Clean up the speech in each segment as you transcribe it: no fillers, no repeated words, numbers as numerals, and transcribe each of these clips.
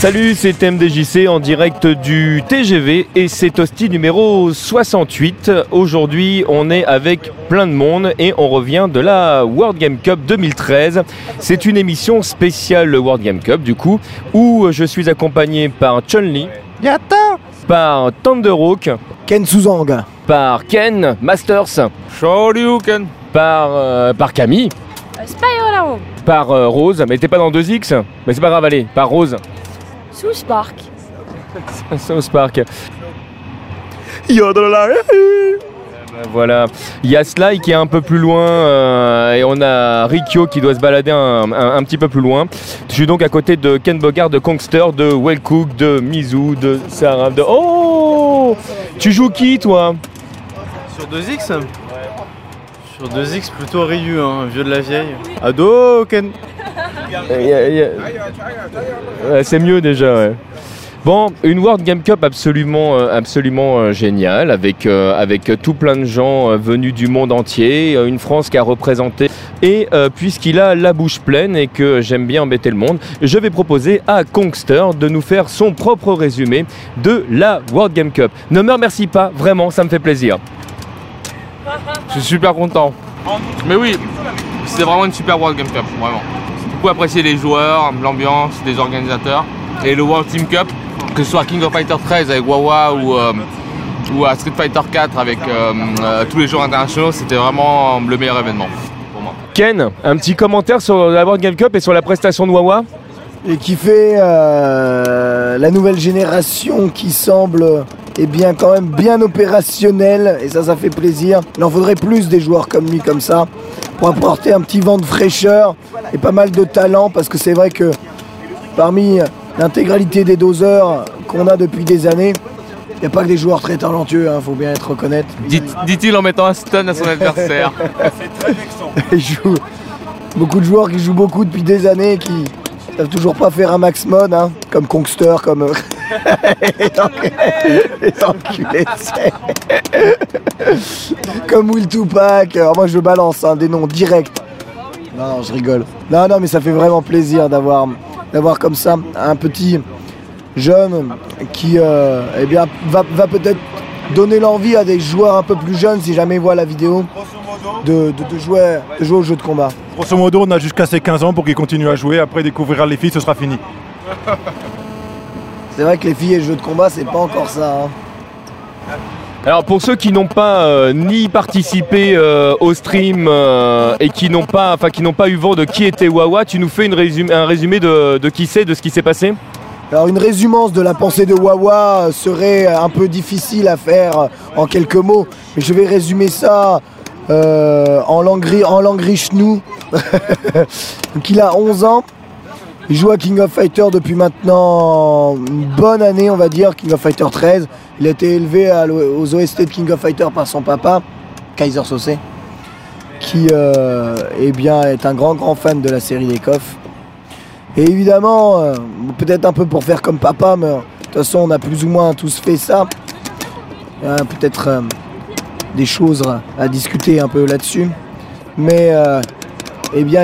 Salut, c'est MDJC en direct du TGV et c'est Hostie numéro 68. Aujourd'hui, on est avec plein de monde et on revient de la World Game Cup 2013. C'est une émission spéciale World Game Cup du coup, où je suis accompagné par Chun-Li, Yatta, par Thunderhawk, Ken Suzang, par Ken Masters, Shoryuken, par Camille, Spyro, par Rose, mais t'es pas dans 2X, mais c'est pas grave, allez, par Rose. South Park. South Park. Voilà, il y a Sly qui est un peu plus loin et on a Rikyo qui doit se balader un petit peu plus loin. Je suis donc à côté de Ken Bogard, de Kongster, de Wellcook, de Mizu, de Sarah, de... Oh, tu joues qui toi? Sur 2X Sur 2X plutôt Ryu, hein, vieux de la vieille. Ado Ken. C'est mieux déjà, ouais. Bon, une World Game Cup absolument géniale, avec tout plein de gens venus du monde entier, une France qui a représenté. Et puisqu'il a la bouche pleine et que j'aime bien embêter le monde, je vais proposer à Kongster de nous faire son propre résumé de la World Game Cup. Ne me remercie pas, vraiment, ça me fait plaisir. Je suis super content. Mais oui, c'est vraiment une super World Game Cup, vraiment. J'ai beaucoup apprécié les joueurs, l'ambiance, les organisateurs. Et le World Team Cup, que ce soit King of Fighter 13 avec Wawa ou à Street Fighter 4 avec tous les joueurs internationaux, c'était vraiment le meilleur événement pour moi. Ken, un petit commentaire sur la World Game Cup et sur la prestation de Wawa? et qui fait la nouvelle génération qui semble quand même bien opérationnelle, et ça fait plaisir. Il en faudrait plus des joueurs comme lui, comme ça, pour apporter un petit vent de fraîcheur et pas mal de talent, parce que c'est vrai que parmi l'intégralité des doseurs qu'on a depuis des années, il n'y a pas que des joueurs très talentueux, faut bien être reconnaître. Dit-il en mettant un stun à son adversaire. Il joue beaucoup de joueurs qui jouent beaucoup depuis des années, qui savent toujours pas faire un max mode, comme Kongster, comme... Les enculés, comme Will Tupac. Alors moi je balance des noms directs. Non, je rigole. Non, mais ça fait vraiment plaisir d'avoir comme ça un petit jeune qui va peut-être donner l'envie à des joueurs un peu plus jeunes, si jamais ils voient la vidéo, de jouer au jeu de combat. Grosso modo, on a jusqu'à ses 15 ans pour qu'ils continuent à jouer. Après, découvrir les filles, ce sera fini. C'est vrai que les filles et le jeu de combat, c'est pas encore ça. Alors pour ceux qui n'ont pas ni participé au stream et qui n'ont pas eu vent de qui était Wawa, tu nous fais un résumé de qui c'est, de ce qui s'est passé? Alors une résumance de la pensée de Wawa serait un peu difficile à faire en quelques mots, mais je vais résumer ça en langue richnou. Donc il a 11 ans. Il joue à King of Fighter depuis maintenant une bonne année, on va dire, King of Fighter 13. Il a été élevé aux OST de King of Fighter par son papa, Kaiser Sose, qui est un grand fan de la série des KOF. Et évidemment, peut-être un peu pour faire comme papa, mais de toute façon on a plus ou moins tous fait ça. Peut-être des choses à discuter un peu là-dessus. Mais il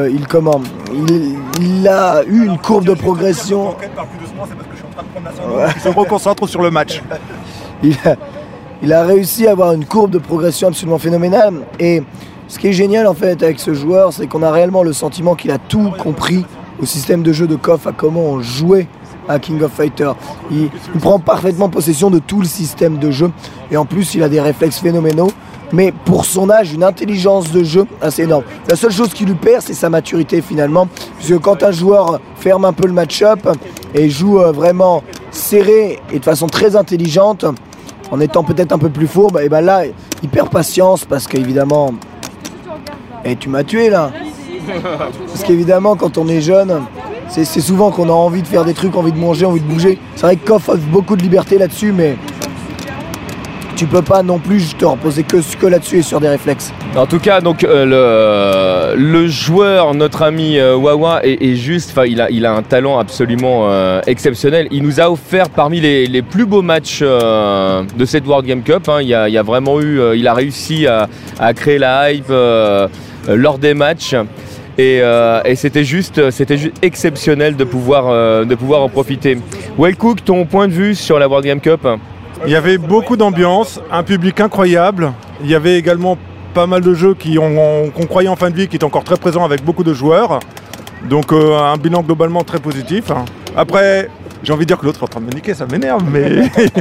a eu une courbe de progression. Il se reconcentre sur le match. Il a réussi à avoir une courbe de progression absolument phénoménale. Et ce qui est génial en fait avec ce joueur, c'est qu'on a réellement le sentiment qu'il a tout compris au système de jeu de KOF, à comment on jouait à King of Fighter. Il prend parfaitement possession de tout le système de jeu. Et en plus, il a des réflexes phénoménaux. Mais pour son âge, une intelligence de jeu assez énorme. La seule chose qui lui perd, c'est sa maturité finalement. Puisque quand un joueur ferme un peu le match-up et joue vraiment serré et de façon très intelligente, en étant peut-être un peu plus fourbe, et là, il perd patience parce qu'évidemment... tu m'as tué là. Parce qu'évidemment, quand on est jeune, c'est souvent qu'on a envie de faire des trucs, envie de manger, envie de bouger. C'est vrai que KOF offre beaucoup de liberté là-dessus, mais... tu peux pas non plus te reposer que là-dessus et sur des réflexes. En tout cas, donc le joueur, notre ami Wawa, est juste, il a un talent absolument exceptionnel. Il nous a offert parmi les plus beaux matchs de cette World Game Cup. Il y a vraiment eu, il a réussi à créer la hype lors des matchs. Et c'était juste exceptionnel de pouvoir en profiter. Wellcook, ton point de vue sur la World Game Cup? Il y avait beaucoup d'ambiance, un public incroyable. Il y avait également pas mal de jeux qu'on croyait en fin de vie, qui étaient encore très présents avec beaucoup de joueurs. Donc un bilan globalement très positif. Après, j'ai envie de dire que l'autre est en train de me niquer, ça m'énerve, mais...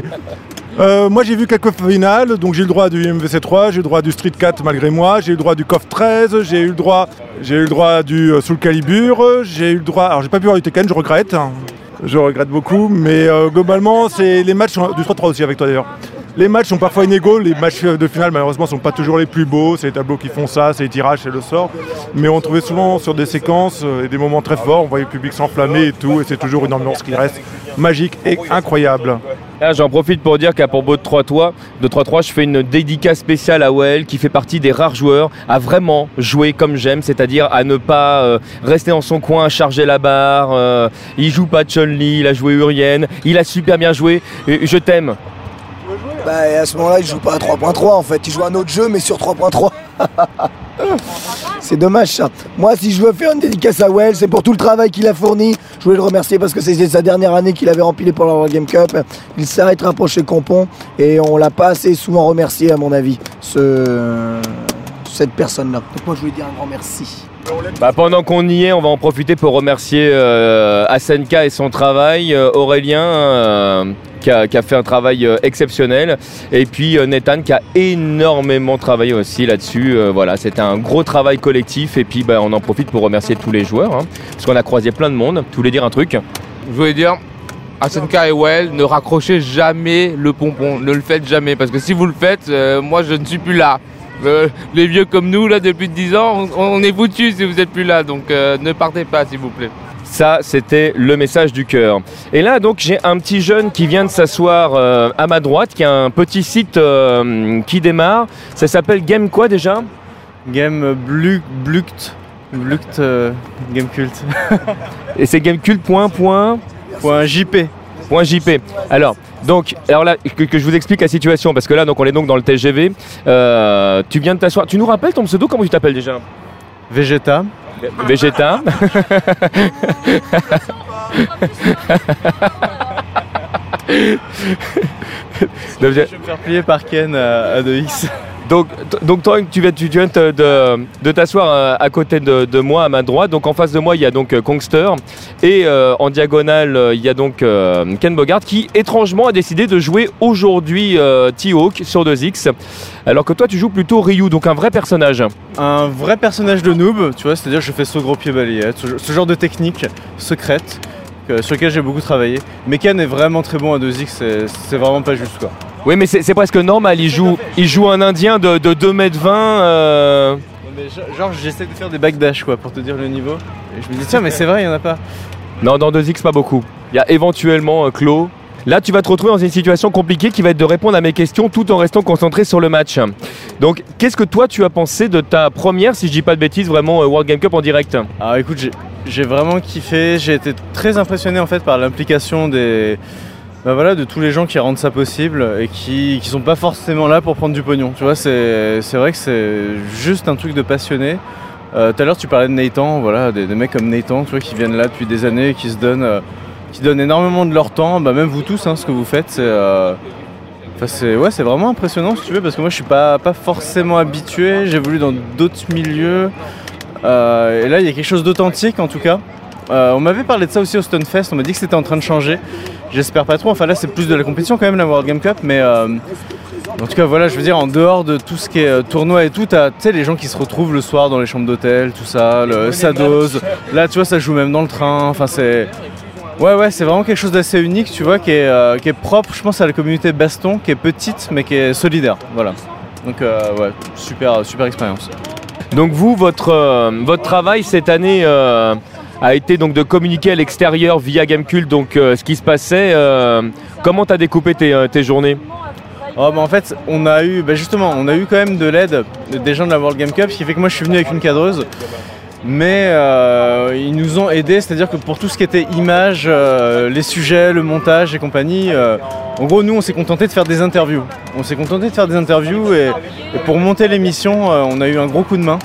moi j'ai vu quelques finales, donc j'ai eu le droit du MVC3, j'ai eu le droit du Street 4 malgré moi, j'ai eu le droit du KOF 13, j'ai eu le droit du Soul Calibur, j'ai eu le droit... Alors j'ai pas pu voir du Tekken, je regrette beaucoup, mais globalement c'est les matchs du 3-3 aussi avec toi d'ailleurs. Les matchs sont parfois inégaux, les matchs de finale malheureusement sont pas toujours les plus beaux, c'est les tableaux qui font ça, c'est les tirages, c'est le sort. Mais on trouvait souvent sur des séquences et des moments très forts, on voyait le public s'enflammer et tout, et c'est toujours une ambiance qui reste magique et incroyable. Là, j'en profite pour dire qu'à propos de 3-3, je fais une dédicace spéciale à Well qui fait partie des rares joueurs à vraiment jouer comme j'aime, c'est-à-dire à ne pas rester dans son coin, à charger la barre. Il joue pas Chun-Li, il a joué Urien, il a super bien joué. Je t'aime. Bah, et à ce moment-là, il joue pas à 3.3 en fait, il joue à un autre jeu mais sur 3.3. C'est dommage ça. Moi, si je veux faire une dédicace à Well, c'est pour tout le travail qu'il a fourni. Je voulais le remercier parce que c'était sa dernière année qu'il avait rempilé pour la World Game Cup. Il s'est arrêté rapproché Compon et on l'a pas assez souvent remercié à mon avis, cette personne-là. Donc moi, je voulais dire un grand merci. Bah, pendant qu'on y est, on va en profiter pour remercier Asenka et son travail, Aurélien qui a fait un travail exceptionnel, et puis Nathan qui a énormément travaillé aussi là-dessus. Voilà, c'était un gros travail collectif, et puis on en profite pour remercier tous les joueurs, parce qu'on a croisé plein de monde. Tu voulais dire un truc? Je voulais dire, Asenka et Well, ne raccrochez jamais le pompon, ne le faites jamais, parce que si vous le faites, moi je ne suis plus là. Les vieux comme nous, là, depuis 10 ans, on est foutus si vous n'êtes plus là, donc ne partez pas s'il vous plaît. Ça, c'était le message du cœur. Et là, donc, j'ai un petit jeune qui vient de s'asseoir à ma droite, qui a un petit site qui démarre. Ça s'appelle Game quoi déjà? Game Bluct, Gamecult. Et c'est gamecult.jp. Alors là, que je vous explique la situation, parce que là, donc, on est donc dans le TGV. Tu viens de t'asseoir. Tu nous rappelles ton pseudo? Comment tu t'appelles déjà? Vegeta. Vegeta. Je vais me faire plier par Ken à 2X. Donc toi, tu viens de t'asseoir à côté de moi, à ma droite. Donc en face de moi, il y a donc Kongster. Et en diagonale, il y a donc Ken Bogart qui, étrangement, a décidé de jouer aujourd'hui T-Hawk sur 2X. Alors que toi, tu joues plutôt Ryu, donc un vrai personnage. Un vrai personnage de noob, tu vois, c'est-à-dire que je fais saut gros pied balayette, ce genre de technique secrète sur lequel j'ai beaucoup travaillé. Mais Ken est vraiment très bon à 2X, c'est vraiment pas juste quoi. Oui, mais c'est presque normal, il joue un indien de 2m20. Mais genre j'essaie de faire des backdash quoi pour te dire le niveau. Et je me dis tiens mais c'est vrai, il y en a pas. Non, dans 2X pas beaucoup. Il y a éventuellement Claude. Là, tu vas te retrouver dans une situation compliquée qui va être de répondre à mes questions tout en restant concentré sur le match. Donc, qu'est-ce que toi, tu as pensé de ta première, si je dis pas de bêtises, vraiment World Game Cup en direct? Alors écoute, j'ai vraiment kiffé. J'ai été très impressionné en fait par l'implication de tous les gens qui rendent ça possible et qui sont pas forcément là pour prendre du pognon. Tu vois, c'est vrai que c'est juste un truc de passionné. Tout à l'heure, tu parlais de Nathan, voilà, des mecs comme Nathan, tu vois, qui viennent là depuis des années, qui donnent énormément de leur temps, même vous tous, ce que vous faites, c'est vraiment impressionnant si tu veux, parce que moi je suis pas forcément habitué, j'évolue dans d'autres milieux, et là il y a quelque chose d'authentique en tout cas. On m'avait parlé de ça aussi au Stunfest, on m'a dit que c'était en train de changer, j'espère pas trop, enfin là c'est plus de la compétition quand même la World Game Cup, mais en tout cas voilà, je veux dire en dehors de tout ce qui est tournoi et tout, tu sais les gens qui se retrouvent le soir dans les chambres d'hôtel, tout ça, ça dose, là tu vois ça joue même dans le train, enfin c'est... Ouais, c'est vraiment quelque chose d'assez unique, tu vois, qui est propre, je pense, à la communauté baston, qui est petite, mais qui est solidaire, voilà. Donc, super expérience. Donc vous, votre travail cette année a été donc de communiquer à l'extérieur via Gamecult, donc ce qui se passait. Comment tu as découpé tes journées? En fait, on a eu quand même de l'aide des gens de la World Game Cup, ce qui fait que moi je suis venu avec une cadreuse. Mais ils nous ont aidés, c'est-à-dire que pour tout ce qui était images, les sujets, le montage et compagnie, en gros nous on s'est contenté de faire des interviews. Et pour monter l'émission, on a eu un gros coup de main.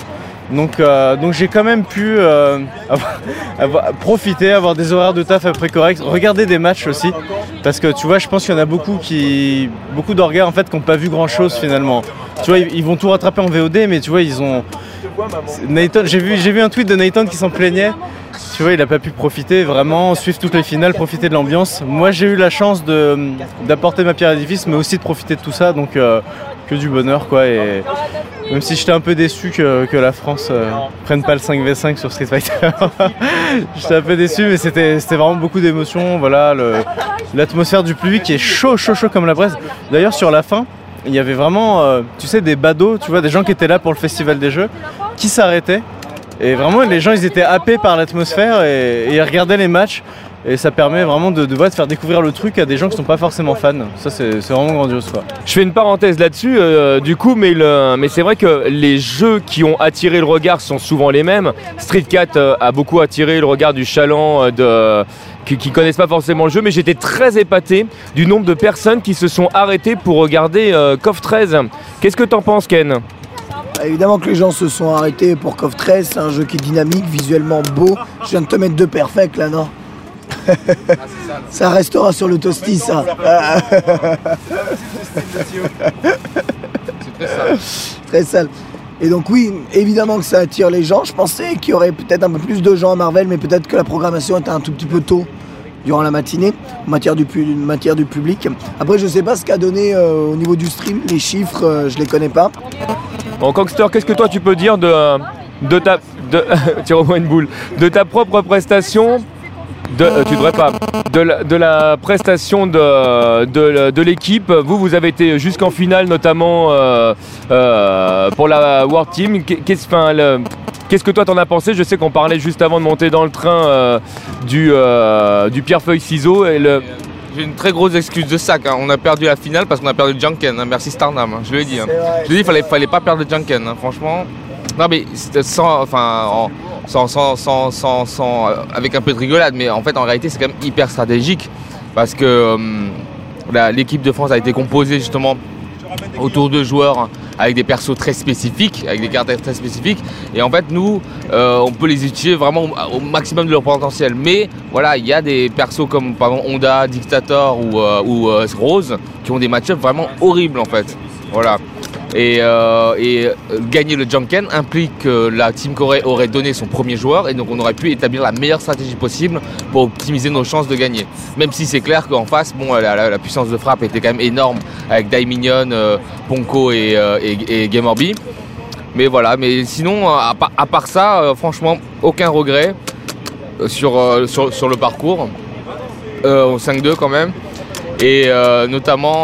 Donc j'ai quand même pu profiter, avoir des horaires de taf après corrects, regarder des matchs aussi. Parce que tu vois, je pense qu'il y en a beaucoup d'orgas en fait qui n'ont pas vu grand chose finalement. Tu vois, ils vont tout rattraper en VOD, mais tu vois, ils ont... Nathan, j'ai vu un tweet de Nathan qui s'en plaignait. Tu vois, il n'a pas pu profiter, vraiment, suivre toutes les finales, profiter de l'ambiance. Moi, j'ai eu la chance d'apporter ma pierre à l'édifice, mais aussi de profiter de tout ça, donc que du bonheur, quoi. Et même si j'étais un peu déçu que la France prenne pas le 5v5 sur Street Fighter. J'étais un peu déçu, mais c'était vraiment beaucoup d'émotions. Voilà, l'atmosphère du public qui est chaud comme la braise. D'ailleurs, sur la fin, il y avait vraiment, tu sais, des badauds, tu vois, des gens qui étaient là pour le Festival des Jeux, qui s'arrêtaient. Et vraiment, les gens, ils étaient happés par l'atmosphère et ils regardaient les matchs. Et ça permet vraiment de faire découvrir le truc à des gens qui ne sont pas forcément fans. Ça, c'est vraiment grandiose, quoi. Je fais une parenthèse là-dessus, du coup, mais c'est vrai que les jeux qui ont attiré le regard sont souvent les mêmes. Street Cat a beaucoup attiré le regard du chaland qui connaissent pas forcément le jeu, mais j'étais très épaté du nombre de personnes qui se sont arrêtées pour regarder KOF 13. Qu'est-ce que t'en penses, Ken ? Évidemment que les gens se sont arrêtés pour KOF 13, c'est un jeu qui est dynamique, visuellement beau. Je viens de te mettre 2 perfects là, non ? Ça restera sur le toasty, ça. C'est très sale. Très sale. Et donc oui, évidemment que ça attire les gens. Je pensais qu'il y aurait peut-être un peu plus de gens à Marvel, mais peut-être que la programmation était un tout petit peu tôt durant la matinée, en matière du public. Après, je sais pas ce qu'a donné au niveau du stream, les chiffres, je les connais pas. Bon, Kongster, qu'est-ce que toi tu peux dire de ta propre prestation? Tu devrais pas. De la prestation de l'équipe. Vous avez été jusqu'en finale, notamment pour la World Team. Qu'est-ce que toi t'en as pensé? Je sais qu'on parlait juste avant de monter dans le train du pierre-feuille-ciseaux. J'ai une très grosse excuse de sac. Hein. On a perdu la finale parce qu'on a perdu le Junken. Hein. Merci Starnam. Hein. Je l'ai dit. Hein. Je l'ai dit, il fallait pas perdre le Junken. Hein. Franchement. Non mais avec un peu de rigolade, mais en fait en réalité c'est quand même hyper stratégique parce que l'équipe de France a été composée justement autour de joueurs avec des persos très spécifiques, avec des caractères très spécifiques, et en fait nous on peut les utiliser vraiment au maximum de leur potentiel, mais voilà, il y a des persos comme par exemple Honda, Dictator ou Rose qui ont des match-ups vraiment horribles en fait, voilà. Et gagner le Junken implique que la Team Corée aurait donné son premier joueur et donc on aurait pu établir la meilleure stratégie possible pour optimiser nos chances de gagner. Même si c'est clair qu'en face, bon, la puissance de frappe était quand même énorme avec Daiminion, Ponko et Gamerby. Mais voilà, mais sinon, à part ça, franchement, aucun regret sur le parcours. 5-2 quand même. Et notamment...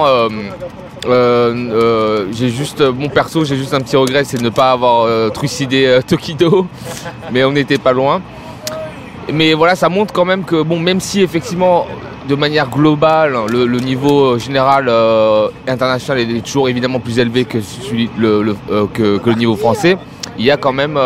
j'ai juste mon perso, j'ai juste un petit regret, c'est de ne pas avoir trucidé Tokido, mais on n'était pas loin. Mais voilà, ça montre quand même que bon, même si effectivement de manière globale le niveau général international est toujours évidemment plus élevé que que le niveau français, il y a quand même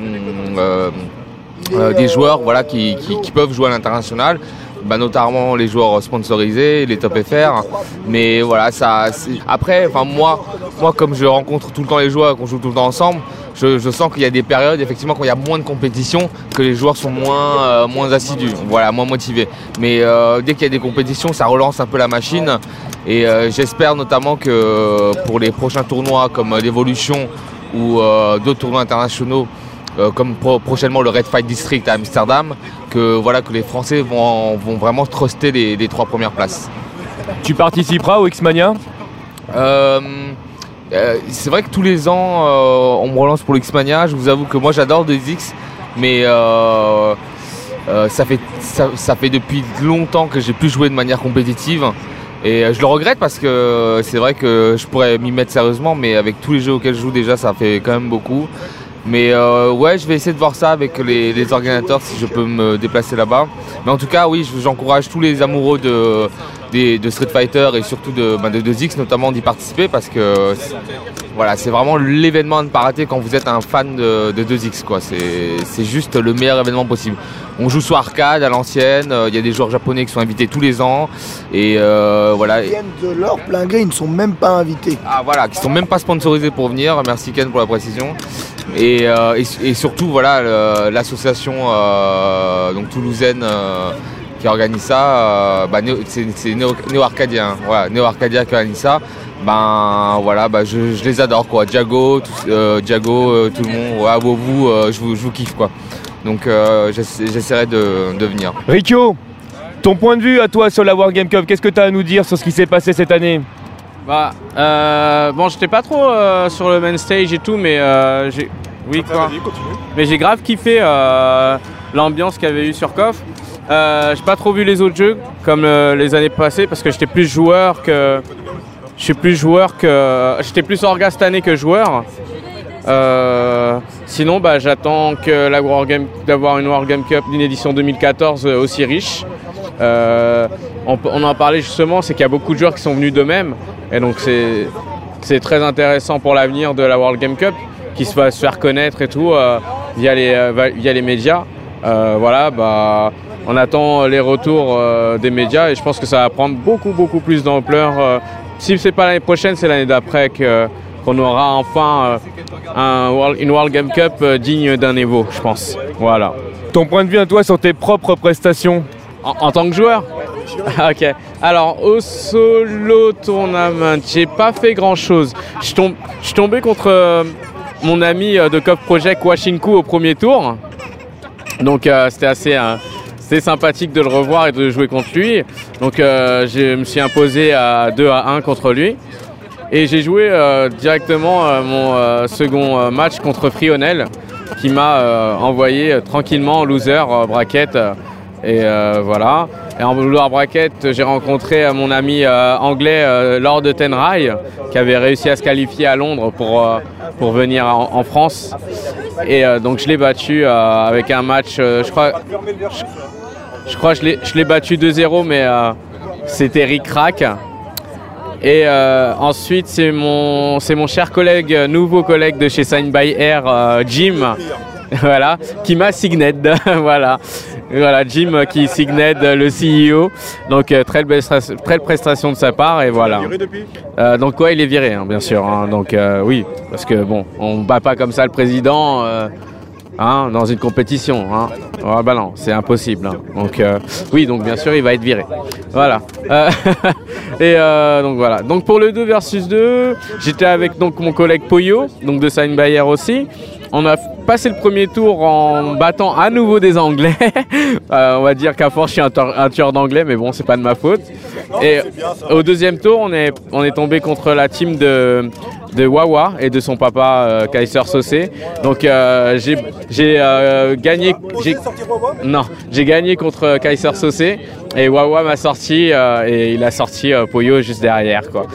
des joueurs voilà qui peuvent jouer à l'international. Bah, notamment les joueurs sponsorisés, les top FR, mais voilà, ça. Après, enfin moi, comme je rencontre tout le temps les joueurs, qu'on joue tout le temps ensemble, je sens qu'il y a des périodes, effectivement, quand il y a moins de compétition, que les joueurs sont moins assidus, voilà, moins motivés. Mais dès qu'il y a des compétitions, ça relance un peu la machine, et j'espère notamment que pour les prochains tournois comme l'Evolution ou d'autres tournois internationaux. Comme prochainement le Red Fight District à Amsterdam, que les Français vont vraiment truster les 3 premières places. Tu participeras au X-Mania ? C'est vrai que tous les ans on me relance pour le X-Mania. Je vous avoue que moi j'adore 2X, mais ça fait depuis longtemps que j'ai plus joué de manière compétitive. Et je le regrette parce que c'est vrai que je pourrais m'y mettre sérieusement, mais avec tous les jeux auxquels je joue déjà, ça fait quand même beaucoup. Mais ouais, je vais essayer de voir ça avec les organisateurs si je peux me déplacer là-bas. Mais en tout cas, oui, j'encourage tous les amoureux de Street Fighter et surtout de 2X notamment d'y participer parce que voilà, c'est vraiment l'événement à ne pas rater quand vous êtes un fan de 2X, quoi. C'est juste le meilleur événement possible. On joue sur arcade à l'ancienne, il y a des joueurs japonais qui sont invités tous les ans et voilà. Ils viennent de leur plein gré, ils ne sont même pas invités. Ah voilà, qui sont même pas sponsorisés pour venir. Merci Ken pour la précision. Et surtout voilà l'association donc toulousaine qui organise ça, c'est Néo Arcadia, voilà, Néo Arcadia qui organise ça. Je les adore quoi. Diago, tout le monde, ouais, vous, je vous kiffe quoi. Donc j'essaierai de venir. Riccio, ton point de vue à toi sur la World Game Cup, qu'est-ce que tu as à nous dire sur ce qui s'est passé cette année? J'étais pas trop sur le main stage et tout, mais mais j'ai grave kiffé l'ambiance qu'il y avait eu sur KOF. J'ai pas trop vu les autres jeux comme les années passées parce que j'étais plus orga cette année que joueur. Sinon, j'attends que d'avoir une World Game Cup d'une édition 2014 aussi riche. On en parlait justement, c'est qu'il y a beaucoup de joueurs qui sont venus d'eux-mêmes. Et donc c'est très intéressant pour l'avenir de la World Game Cup qui se va se faire connaître et tout via les médias. On attend les retours des médias et je pense que ça va prendre beaucoup plus d'ampleur. Si c'est pas l'année prochaine, c'est l'année d'après qu'on aura enfin une World Game Cup digne d'un Evo, je pense. Voilà. Ton point de vue à toi sur tes propres prestations en tant que joueur? Ok. Alors au solo tournament, j'ai pas fait grand chose. Je suis tombé contre mon ami de KOF Project Washinku au premier tour. Donc c'était assez sympathique de le revoir et de jouer contre lui. Donc je me suis imposé à 2-1 contre lui. Et j'ai joué directement mon second match contre Frionel qui m'a envoyé tranquillement en loser bracket. Et voilà. Et en loser bracket, j'ai rencontré mon ami anglais Lord Tenrai qui avait réussi à se qualifier à Londres pour venir en France. Et donc je l'ai battu avec un match, je crois que je l'ai battu 2-0, mais c'était ric-rac. Et ensuite, c'est mon cher nouveau collègue de chez Sign by Air, Jim, voilà, qui m'a signed. Voilà, Jim qui signed le CEO. Donc très belle prestation de sa part et voilà. Il est viré depuis donc il est viré, bien sûr. Donc oui, parce que bon, on bat pas comme ça le président. Dans une compétition. Non, c'est impossible. Donc oui, donc bien sûr, il va être viré. Voilà. Donc voilà. Donc pour le 2 versus 2, j'étais avec donc mon collègue Poyo, donc de Sign by Air aussi. On a passé le premier tour en battant à nouveau des Anglais. On va dire qu'à force, je suis un tueur d'anglais, mais bon, c'est pas de ma faute. Et au deuxième tour, on est tombé contre la team de Wawa et de son papa Kaiser Saucé. Donc j'ai gagné. J'ai gagné contre Kaiser Saucé et Wawa m'a sorti et il a sorti Poyo juste derrière quoi.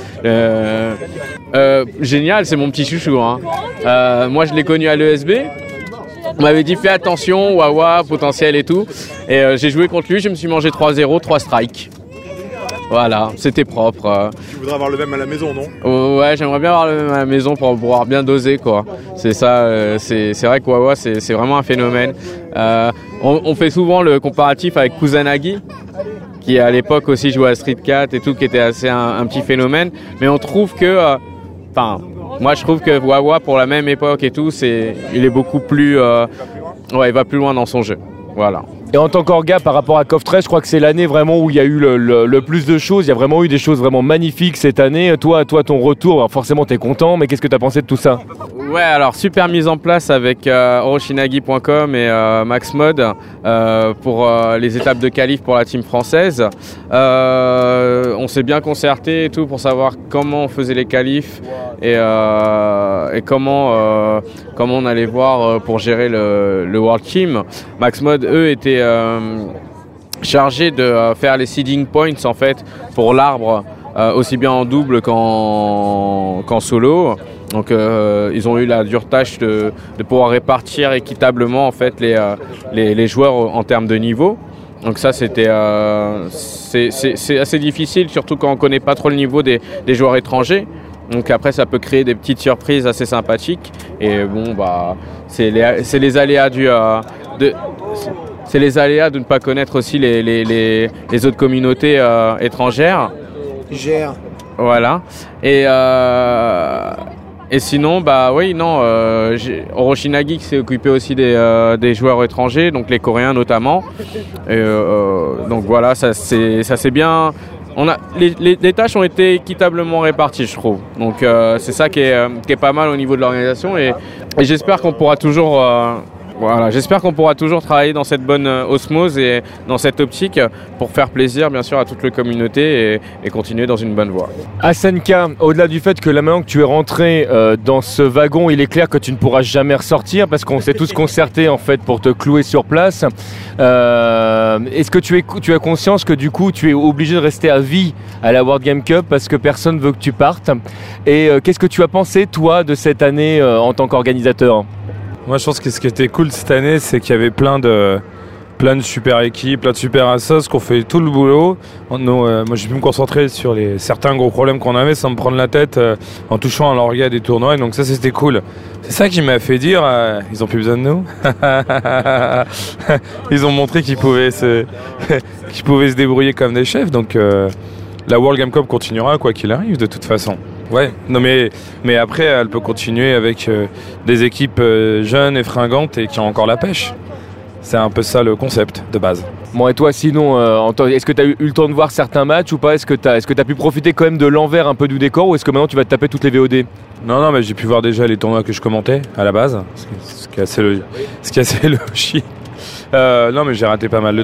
Génial, c'est mon petit chouchou. Moi je l'ai connu à l'ESB. On m'avait dit fais attention, Wawa, potentiel et tout. Et j'ai joué contre lui, je me suis mangé 3-0, 3 strikes. Voilà, c'était propre. Tu voudrais avoir le même à la maison, non? Ouais, j'aimerais bien avoir le même à la maison pour pouvoir bien doser, quoi. C'est ça, c'est vrai que Wawa, c'est vraiment un phénomène. On fait souvent le comparatif avec Kusanagi, qui à l'époque aussi jouait à Street 4 et tout, qui était assez un petit phénomène. Mais on trouve que... moi je trouve que Wawa, pour la même époque et tout, il est beaucoup plus... il va plus loin dans son jeu. Voilà. Et en tant qu'orga par rapport à KOF 13, je crois que c'est l'année vraiment où il y a eu le plus de choses. Il y a vraiment eu des choses vraiment magnifiques cette année. Toi ton retour, alors forcément t'es content, mais qu'est-ce que t'as pensé de tout ça? Ouais, alors super mise en place avec Oroshinagi.com et Maxmod pour les étapes de qualif pour la team française. On s'est bien concerté et tout pour savoir comment on faisait les qualifs et comment on allait voir pour gérer le World Team. Maxmod, eux, étaient chargés de faire les seeding points en fait pour l'arbre, aussi bien en double qu'en solo. Donc ils ont eu la dure tâche de pouvoir répartir équitablement en fait les joueurs en termes de niveau. Donc ça c'est assez difficile, surtout quand on connaît pas trop le niveau des joueurs étrangers. Donc après ça peut créer des petites surprises assez sympathiques. Et bon c'est les aléas c'est les aléas de ne pas connaître aussi les autres communautés étrangères. Gère. Voilà. Et sinon, bah oui, non, Oroshinagi qui s'est occupé aussi des joueurs étrangers, donc les Coréens notamment. Et, donc voilà, ça c'est bien. Les tâches ont été équitablement réparties, je trouve. Donc c'est ça qui est pas mal au niveau de l'organisation. Et j'espère qu'on pourra toujours... j'espère qu'on pourra toujours travailler dans cette bonne osmose et dans cette optique pour faire plaisir bien sûr à toute la communauté et continuer dans une bonne voie. Asenka, au-delà du fait que là maintenant que tu es rentré dans ce wagon, il est clair que tu ne pourras jamais ressortir parce qu'on s'est tous concertés en fait pour te clouer sur place. Est-ce que tu as conscience que du coup tu es obligé de rester à vie à la World Game Cup parce que personne ne veut que tu partes? Et qu'est-ce que tu as pensé toi de cette année en tant qu'organisateur? Moi, je pense que ce qui était cool cette année, c'est qu'il y avait plein de super équipes, plein de super assos qui ont fait tout le boulot. Moi, j'ai pu me concentrer sur certains gros problèmes qu'on avait sans me prendre la tête en touchant à l'orga des tournois. Et donc ça, c'était cool. C'est ça qui m'a fait dire, ils ont plus besoin de nous. Ils ont montré qu'ils pouvaient se débrouiller comme des chefs. Donc la World Game Cup continuera quoi qu'il arrive de toute façon. Ouais, non mais après elle peut continuer avec des équipes jeunes et fringantes et qui ont encore la pêche. C'est un peu ça le concept de base. Bon, et toi sinon, est-ce que tu as eu le temps de voir certains matchs ou pas? Est-ce que tu as pu profiter quand même de l'envers un peu du décor ou est-ce que maintenant tu vas te taper toutes les VOD? Non, mais j'ai pu voir déjà les tournois que je commentais à la base, ce qui est assez logique. Non mais j'ai raté pas mal de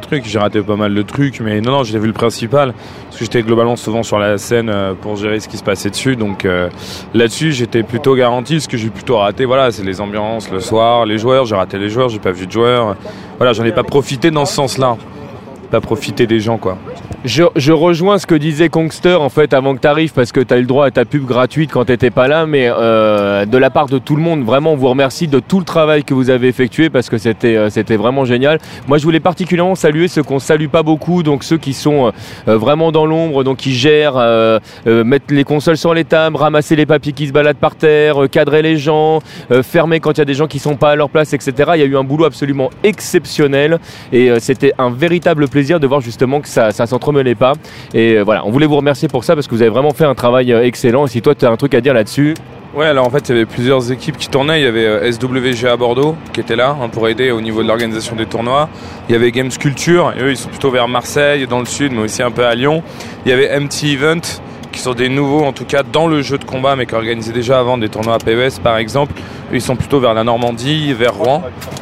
trucs, mais non, j'ai vu le principal parce que j'étais globalement souvent sur la scène pour gérer ce qui se passait dessus, donc là-dessus j'étais plutôt garanti. Ce que j'ai plutôt raté, voilà, c'est les ambiances le soir, les joueurs, j'ai raté les joueurs, j'ai pas vu de joueurs, voilà, j'en ai pas profité dans ce sens-là, pas profiter des gens quoi. Je rejoins ce que disait Kongster en fait avant que tu arrives parce que tu as eu le droit à ta pub gratuite quand tu n'étais pas là, mais de la part de tout le monde, vraiment on vous remercie de tout le travail que vous avez effectué parce que c'était vraiment génial. Moi je voulais particulièrement saluer ceux qu'on ne salue pas beaucoup, donc ceux qui sont vraiment dans l'ombre, donc qui gèrent, mettre les consoles sur les tables, ramasser les papiers qui se baladent par terre, cadrer les gens, fermer quand il y a des gens qui ne sont pas à leur place, etc. Il y a eu un boulot absolument exceptionnel et c'était un véritable plaisir de voir justement que ça s'entremêlait pas. Et voilà, on voulait vous remercier pour ça parce que vous avez vraiment fait un travail excellent. Et si toi tu as un truc à dire là-dessus. Ouais, alors en fait il y avait plusieurs équipes qui tournaient. Il y avait SWG à Bordeaux qui était là pour aider au niveau de l'organisation des tournois. Il y avait Games Culture, et eux ils sont plutôt vers Marseille, dans le sud, mais aussi un peu à Lyon. Il y avait MT Event qui sont des nouveaux en tout cas dans le jeu de combat, mais qui organisaient déjà avant des tournois à PES par exemple. Eux, ils sont plutôt vers la Normandie, vers Rouen.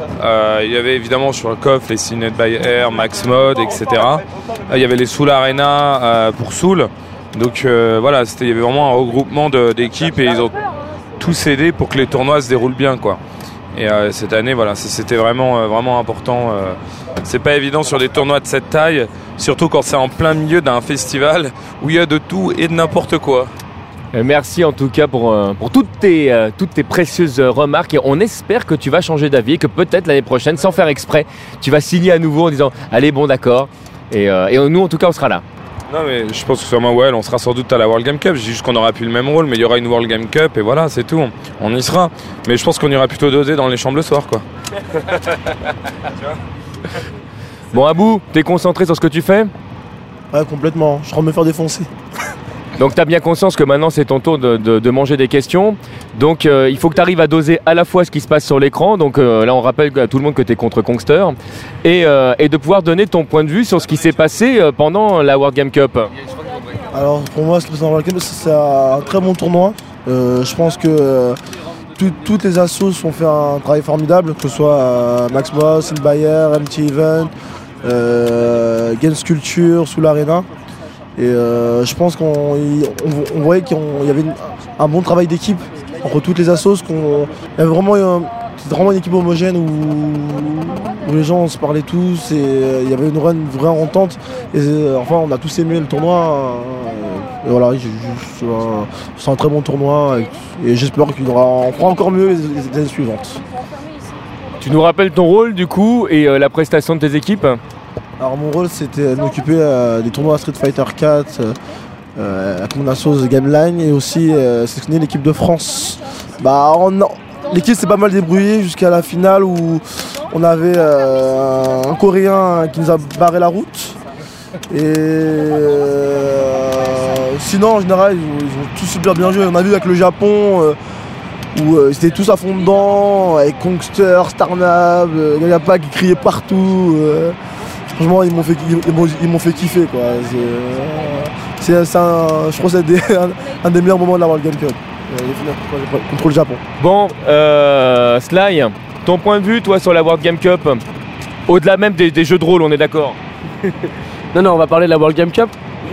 Il y avait évidemment sur le COF les Cinet by Air, Max Mode, etc. Il y avait les Soul Arena pour Soul. Donc voilà, il y avait vraiment un regroupement d'équipes et ils ont tous aidé pour que les tournois se déroulent bien quoi. Et cette année, voilà, c'était vraiment important. C'est pas évident sur des tournois de cette taille, surtout quand c'est en plein milieu d'un festival où il y a de tout et de n'importe quoi. Merci en tout cas pour toutes tes précieuses remarques et on espère que tu vas changer d'avis et que peut-être l'année prochaine, sans faire exprès, tu vas signer à nouveau en disant allez bon d'accord et nous en tout cas on sera là. Non mais je pense que sûrement on sera sans doute à la World Game Cup, je dis juste qu'on n'aura plus le même rôle mais il y aura une World Game Cup et voilà c'est tout, on y sera. Mais je pense qu'on ira plutôt doser dans les chambres le soir quoi. Bon Abou, t'es concentré sur ce que tu fais? Ouais complètement, je suis en train de me faire défoncer. Donc tu as bien conscience que maintenant c'est ton tour de manger des questions. Donc il faut que tu arrives à doser à la fois ce qui se passe sur l'écran. Donc là on rappelle à tout le monde que tu es contre Kongster. Et de pouvoir donner ton point de vue sur ce qui s'est passé pendant la World Game Cup. Alors pour moi ce qui s'est passé dans la World Game Cup c'est un très bon tournoi. Je pense que toutes les assos ont fait un travail formidable. Que ce soit Max Moss, Bayer, MT Event, Games Culture, Soul Arena. Et je pense qu'on voyait qu'il y avait un bon travail d'équipe entre toutes les assos. C'était vraiment une équipe homogène où les gens se parlaient tous et il y avait une vraie entente. Et enfin, on a tous aimé le tournoi. Et voilà, c'est un très bon tournoi et j'espère qu'on fera encore mieux les années suivantes. Tu nous rappelles ton rôle du coup et la prestation de tes équipes? Alors mon rôle c'était de m'occuper des tournois Street Fighter 4 avec mon assos Gameline et aussi sélectionner l'équipe de France. L'équipe s'est pas mal débrouillée jusqu'à la finale où on avait un Coréen qui nous a barré la route. Et sinon en général ils ont tous super bien joué. On a vu avec le Japon, où ils étaient tous à fond dedans, avec Kongster, Starnab, Gagapa qui criait partout. Franchement, ils m'ont fait kiffer, quoi. Je crois que c'est un des meilleurs moments de la World Game Cup, les finales contre le Japon. Bon, Sly, ton point de vue, toi, sur la World Game Cup, au-delà même des jeux de rôle, on est d'accord? Non, on va parler de la World Game Cup.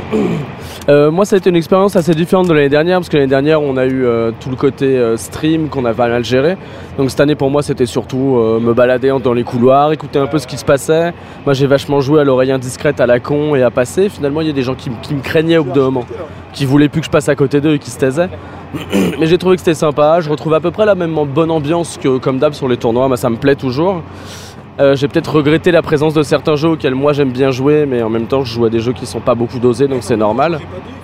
Moi, ça a été une expérience assez différente de l'année dernière, parce que l'année dernière, on a eu tout le côté stream qu'on a pas mal géré. Donc cette année, pour moi, c'était surtout me balader dans les couloirs, écouter un peu ce qui se passait. Moi, j'ai vachement joué à l'oreille indiscrète, à la con et à passer. Finalement, il y a des gens qui me craignaient au bout d'un moment, qui voulaient plus que je passe à côté d'eux et qui se taisaient. Mais j'ai trouvé que c'était sympa. Je retrouve à peu près la même bonne ambiance que comme d'hab sur les tournois. Moi, ça me plaît toujours. J'ai peut-être regretté la présence de certains jeux auxquels moi j'aime bien jouer, mais en même temps je joue à des jeux qui sont pas beaucoup dosés, donc c'est normal.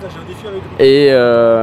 Et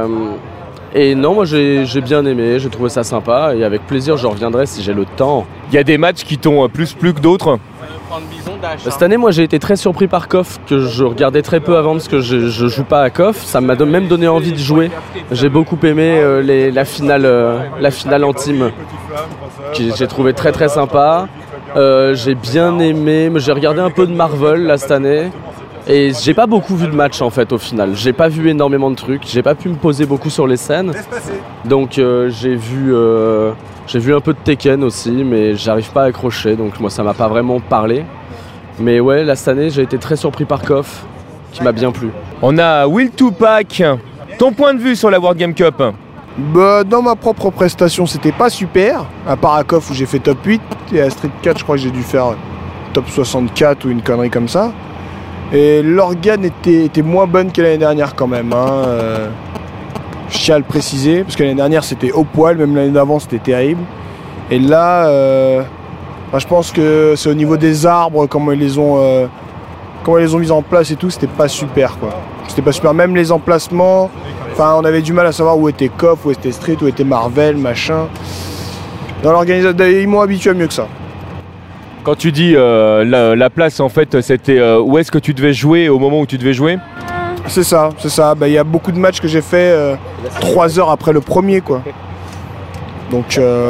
non, moi j'ai bien aimé, j'ai trouvé ça sympa, et avec plaisir je reviendrai si j'ai le temps. Il y a des matchs qui t'ont plus plu que d'autres? Cette année, moi j'ai été très surpris par KOF, que je regardais très peu avant parce que je joue pas à KOF. Ça m'a même donné envie de jouer. J'ai beaucoup aimé la finale en team, que j'ai trouvé très très sympa. J'ai bien aimé, j'ai regardé un peu de Marvel là cette année. Et j'ai pas beaucoup vu de matchs en fait au final. J'ai pas vu énormément de trucs, j'ai pas pu me poser beaucoup sur les scènes. Donc j'ai vu un peu de Tekken aussi, mais j'arrive pas à accrocher, donc moi ça m'a pas vraiment parlé. Mais ouais, là cette année j'ai été très surpris par KOF, qui m'a bien plu. On a Will Tupac, ton point de vue sur la World Game Cup? Dans ma propre prestation, c'était pas super, à part à KOF où j'ai fait top 8, et à Street 4 je crois que j'ai dû faire top 64 ou une connerie comme ça. Et l'organe était moins bonne que l'année dernière quand même, hein. Je tiens à le préciser, parce que l'année dernière c'était au poil, même l'année d'avant c'était terrible. Et là, je pense que c'est au niveau des arbres, comment ils les ont mis en place et tout, c'était pas super quoi. C'était pas super, même les emplacements, on avait du mal à savoir où était KOF, où était Street, où était Marvel, machin. Dans l'organisation, ils m'ont habitué à mieux que ça. Quand tu dis la place, en fait, c'était où est-ce que tu devais jouer au moment où tu devais jouer? C'est ça. Il y a beaucoup de matchs que j'ai fait 3 heures après le premier, quoi. Donc,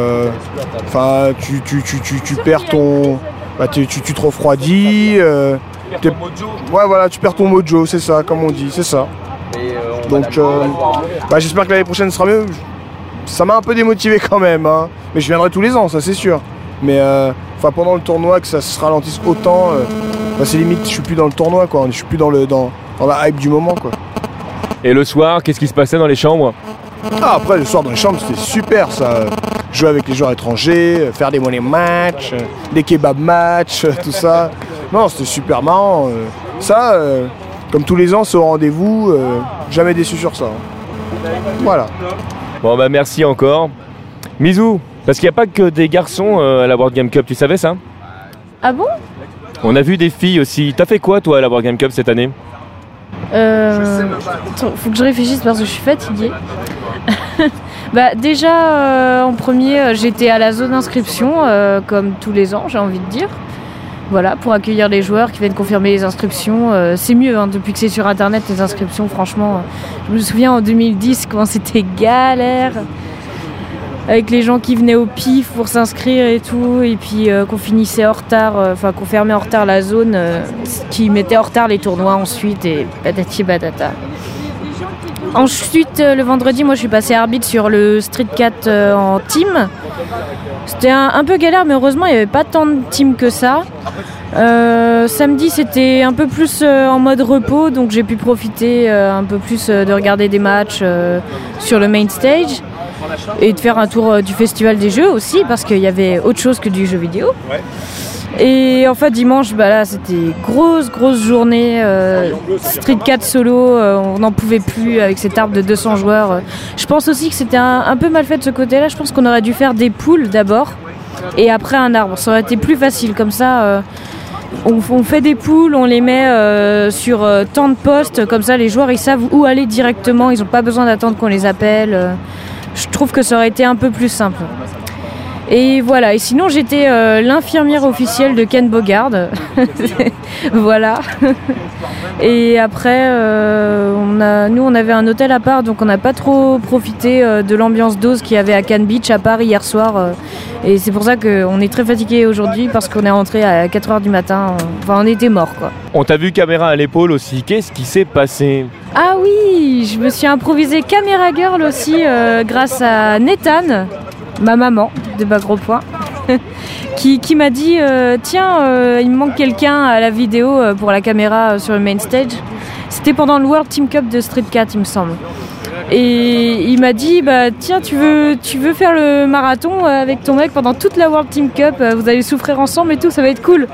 tu perds ton... tu te refroidis. Ouais, voilà, tu perds ton mojo, c'est ça, comme on dit, c'est ça. Donc, j'espère que l'année prochaine sera mieux. Ça m'a un peu démotivé quand même, hein. Mais je viendrai tous les ans, ça c'est sûr. Mais pendant le tournoi, que ça se ralentisse autant, c'est limite, je suis plus dans le tournoi, quoi. Je suis plus dans la hype du moment, quoi. Et le soir, qu'est-ce qui se passait dans les chambres? Après, le soir dans les chambres, c'était super, ça. Jouer avec les joueurs étrangers, faire des money match, des kebab match, tout ça. Non, c'était super marrant. Ça, comme tous les ans, c'est au rendez-vous. Jamais déçu sur ça. Voilà. Bon, merci encore. Misou, parce qu'il n'y a pas que des garçons à la World Game Cup, tu savais ça? Ah bon? On a vu des filles aussi. T'as fait quoi, toi, à la World Game Cup cette année? Faut que je réfléchisse parce que je suis fatiguée. Déjà, en premier, j'étais à la zone d'inscription, comme tous les ans, j'ai envie de dire. Voilà, pour accueillir les joueurs qui viennent confirmer les inscriptions. C'est mieux, hein, depuis que c'est sur Internet, les inscriptions, franchement. Je me souviens en 2010, comment c'était galère. Avec les gens qui venaient au pif pour s'inscrire et tout, et puis qu'on finissait en retard, qu'on fermait en retard la zone, qui mettait en retard les tournois ensuite, et patati patata. Ensuite, le vendredi, moi je suis passée arbitre sur le Street 4 en team. C'était un peu galère, mais heureusement il n'y avait pas tant de teams que ça. Samedi, c'était un peu plus en mode repos, donc j'ai pu profiter un peu plus de regarder des matchs sur le main stage. Et de faire un tour du festival des jeux aussi, parce qu'il y avait autre chose que du jeu vidéo. Ouais. Et enfin dimanche, là c'était grosse journée, Street 4 solo, on n'en pouvait plus avec cet arbre de 200 joueurs. Je pense aussi que c'était un peu mal fait de ce côté-là, je pense qu'on aurait dû faire des poules d'abord, et après un arbre, ça aurait été plus facile, comme ça on fait des poules, on les met sur tant de postes, comme ça les joueurs ils savent où aller directement, ils n'ont pas besoin d'attendre qu'on les appelle. Je trouve que ça aurait été un peu plus simple. Et voilà, et sinon j'étais l'infirmière officielle de Ken Bogard. Voilà. Et après, on avait un hôtel à part, donc on n'a pas trop profité de l'ambiance dose qu'il y avait à Cannes Beach à Paris hier soir. Et c'est pour ça qu'on est très fatigué aujourd'hui parce qu'on est rentré à 4h du matin. Enfin, on était morts, quoi. On t'a vu caméra à l'épaule aussi. Qu'est-ce qui s'est passé ? Ah oui, je me suis improvisée caméra girl aussi grâce à Nathan, ma maman de Bas Gros Point, qui m'a dit tiens, il me manque quelqu'un à la vidéo pour la caméra sur le main stage. C'était pendant le World Team Cup de Street 4, il me semble. Et il m'a dit bah tiens, tu veux faire le marathon avec ton mec pendant toute la World Team Cup, vous allez souffrir ensemble et tout, ça va être cool.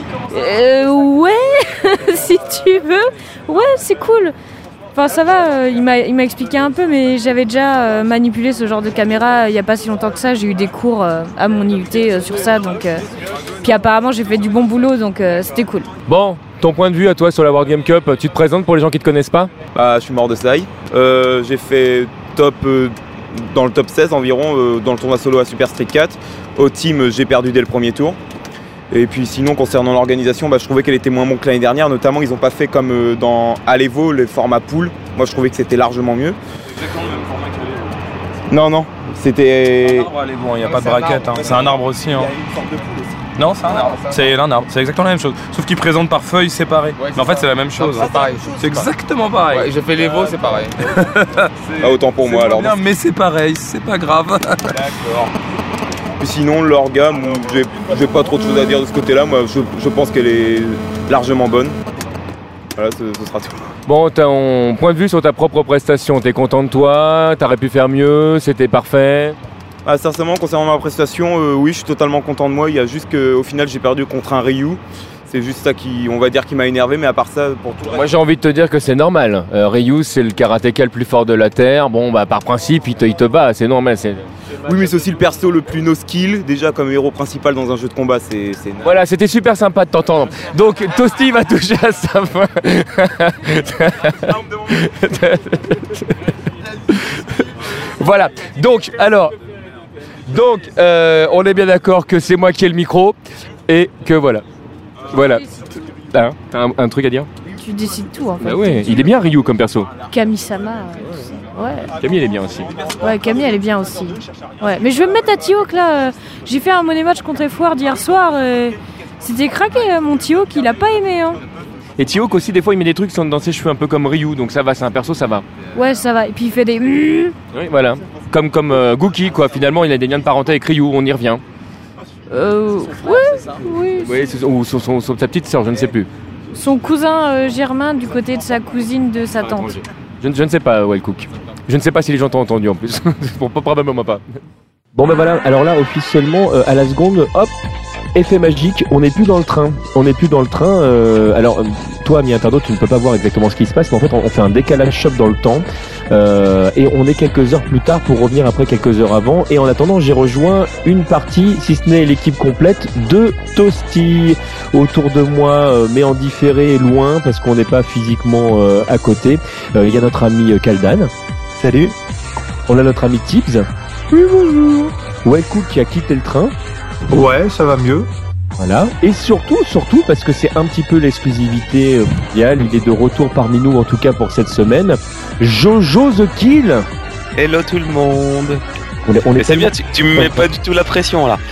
Ouais, si tu veux, ouais, c'est cool. Enfin ça va, il m'a expliqué un peu, mais j'avais déjà manipulé ce genre de caméra il n'y a pas si longtemps que ça. J'ai eu des cours à mon IUT sur ça, donc puis apparemment j'ai fait du bon boulot, donc c'était cool. Bon, ton point de vue à toi sur la World Game Cup, tu te présentes pour les gens qui ne te connaissent pas ? Je suis mort de Sai. J'ai fait top dans le top 16 environ dans le tournoi solo à Super Street 4. Au team, j'ai perdu dès le premier tour. Et puis sinon, concernant l'organisation, je trouvais qu'elle était moins bonne que l'année dernière. Notamment, ils n'ont pas fait comme dans Alevo, le format pool. Moi, je trouvais que c'était largement mieux. C'est exactement le même format que Alevo. Non, c'était... C'est un arbre Alevo, il n'y a pas de braquette. C'est un arbre aussi. Il y a une sorte de pool aussi. Non, c'est un arbre. C'est un arbre. C'est exactement la même chose. Sauf qu'ils présentent par feuilles séparées. Ouais, mais en fait, c'est la même chose. C'est pareil. C'est exactement pareil. Ouais, j'ai fait l'Evo, c'est pareil. Autant pour moi alors. Bien, mais c'est pareil, c'est pas grave. D'accord. Puis sinon, l'orga, j'ai pas trop de choses à dire de ce côté-là. Moi, je pense qu'elle est largement bonne. Voilà, ce sera tout. Bon, ton point de vue sur ta propre prestation, t'es content de toi ? T'aurais pu faire mieux ? C'était parfait ? Sincèrement, concernant ma prestation, oui, je suis totalement content de moi. Il y a juste qu'au final, j'ai perdu contre un Ryu. C'est juste ça qui m'a énervé, mais à part ça, pour tout le reste... Moi, j'ai envie de te dire que c'est normal. Ryu, c'est le karatéka le plus fort de la Terre. Bon, par principe, il te bat, c'est normal. Oui, mais c'est aussi le perso le plus no-skill. Déjà, comme héros principal dans un jeu de combat, c'est... Voilà, c'était super sympa de t'entendre. Donc, Toasty va toucher à sa fin. Voilà, donc, on est bien d'accord que c'est moi qui ai le micro et que voilà. Voilà. T'as un truc à dire ? Tu décides tout en fait. Bah ouais, il est bien Ryu comme perso. Kami-sama, ouais. Camille elle est bien aussi. Ouais, Camille elle est bien aussi. Ouais, mais je vais me mettre à Tihawk là. J'ai fait un money match contre F-Ward hier soir. C'était craqué mon Tihawk, il a pas aimé. Hein. Et Tihawk aussi des fois il met des trucs dans ses cheveux un peu comme Ryu, donc ça va, c'est un perso, ça va. Ouais, ça va. Et puis il fait des... Oui, voilà. Comme Gookie quoi, finalement il a des liens de parenté avec Ryu, on y revient. Oui. Ou sa petite sœur, je ne sais plus. Son cousin Germain du côté de sa cousine de sa tante. Je ne sais pas, Wildcook. Je ne sais pas si les gens t'ont entendu en plus. Probablement pas. Bon voilà, alors là officiellement à la seconde, hop, effet magique, on n'est plus dans le train. Alors toi, ami internaute, tu ne peux pas voir exactement ce qui se passe, mais en fait on fait un décalage shop dans le temps et on est quelques heures plus tard pour revenir après quelques heures avant. Et en attendant, j'ai rejoint une partie, si ce n'est l'équipe complète, de Toasty autour de moi, mais en différé loin parce qu'on n'est pas physiquement à côté. Il y a notre ami Kaldan. Salut. On a notre ami Tibbs. Oui, bonjour. Wellcook qui a quitté le train. Ouais, ça va mieux. Voilà. Et surtout, parce que c'est un petit peu l'exclusivité mondiale, il est de retour parmi nous, en tout cas pour cette semaine, Jojo The Kill. Hello tout le monde. On est c'est bien, tu me mets pas du tout la pression là.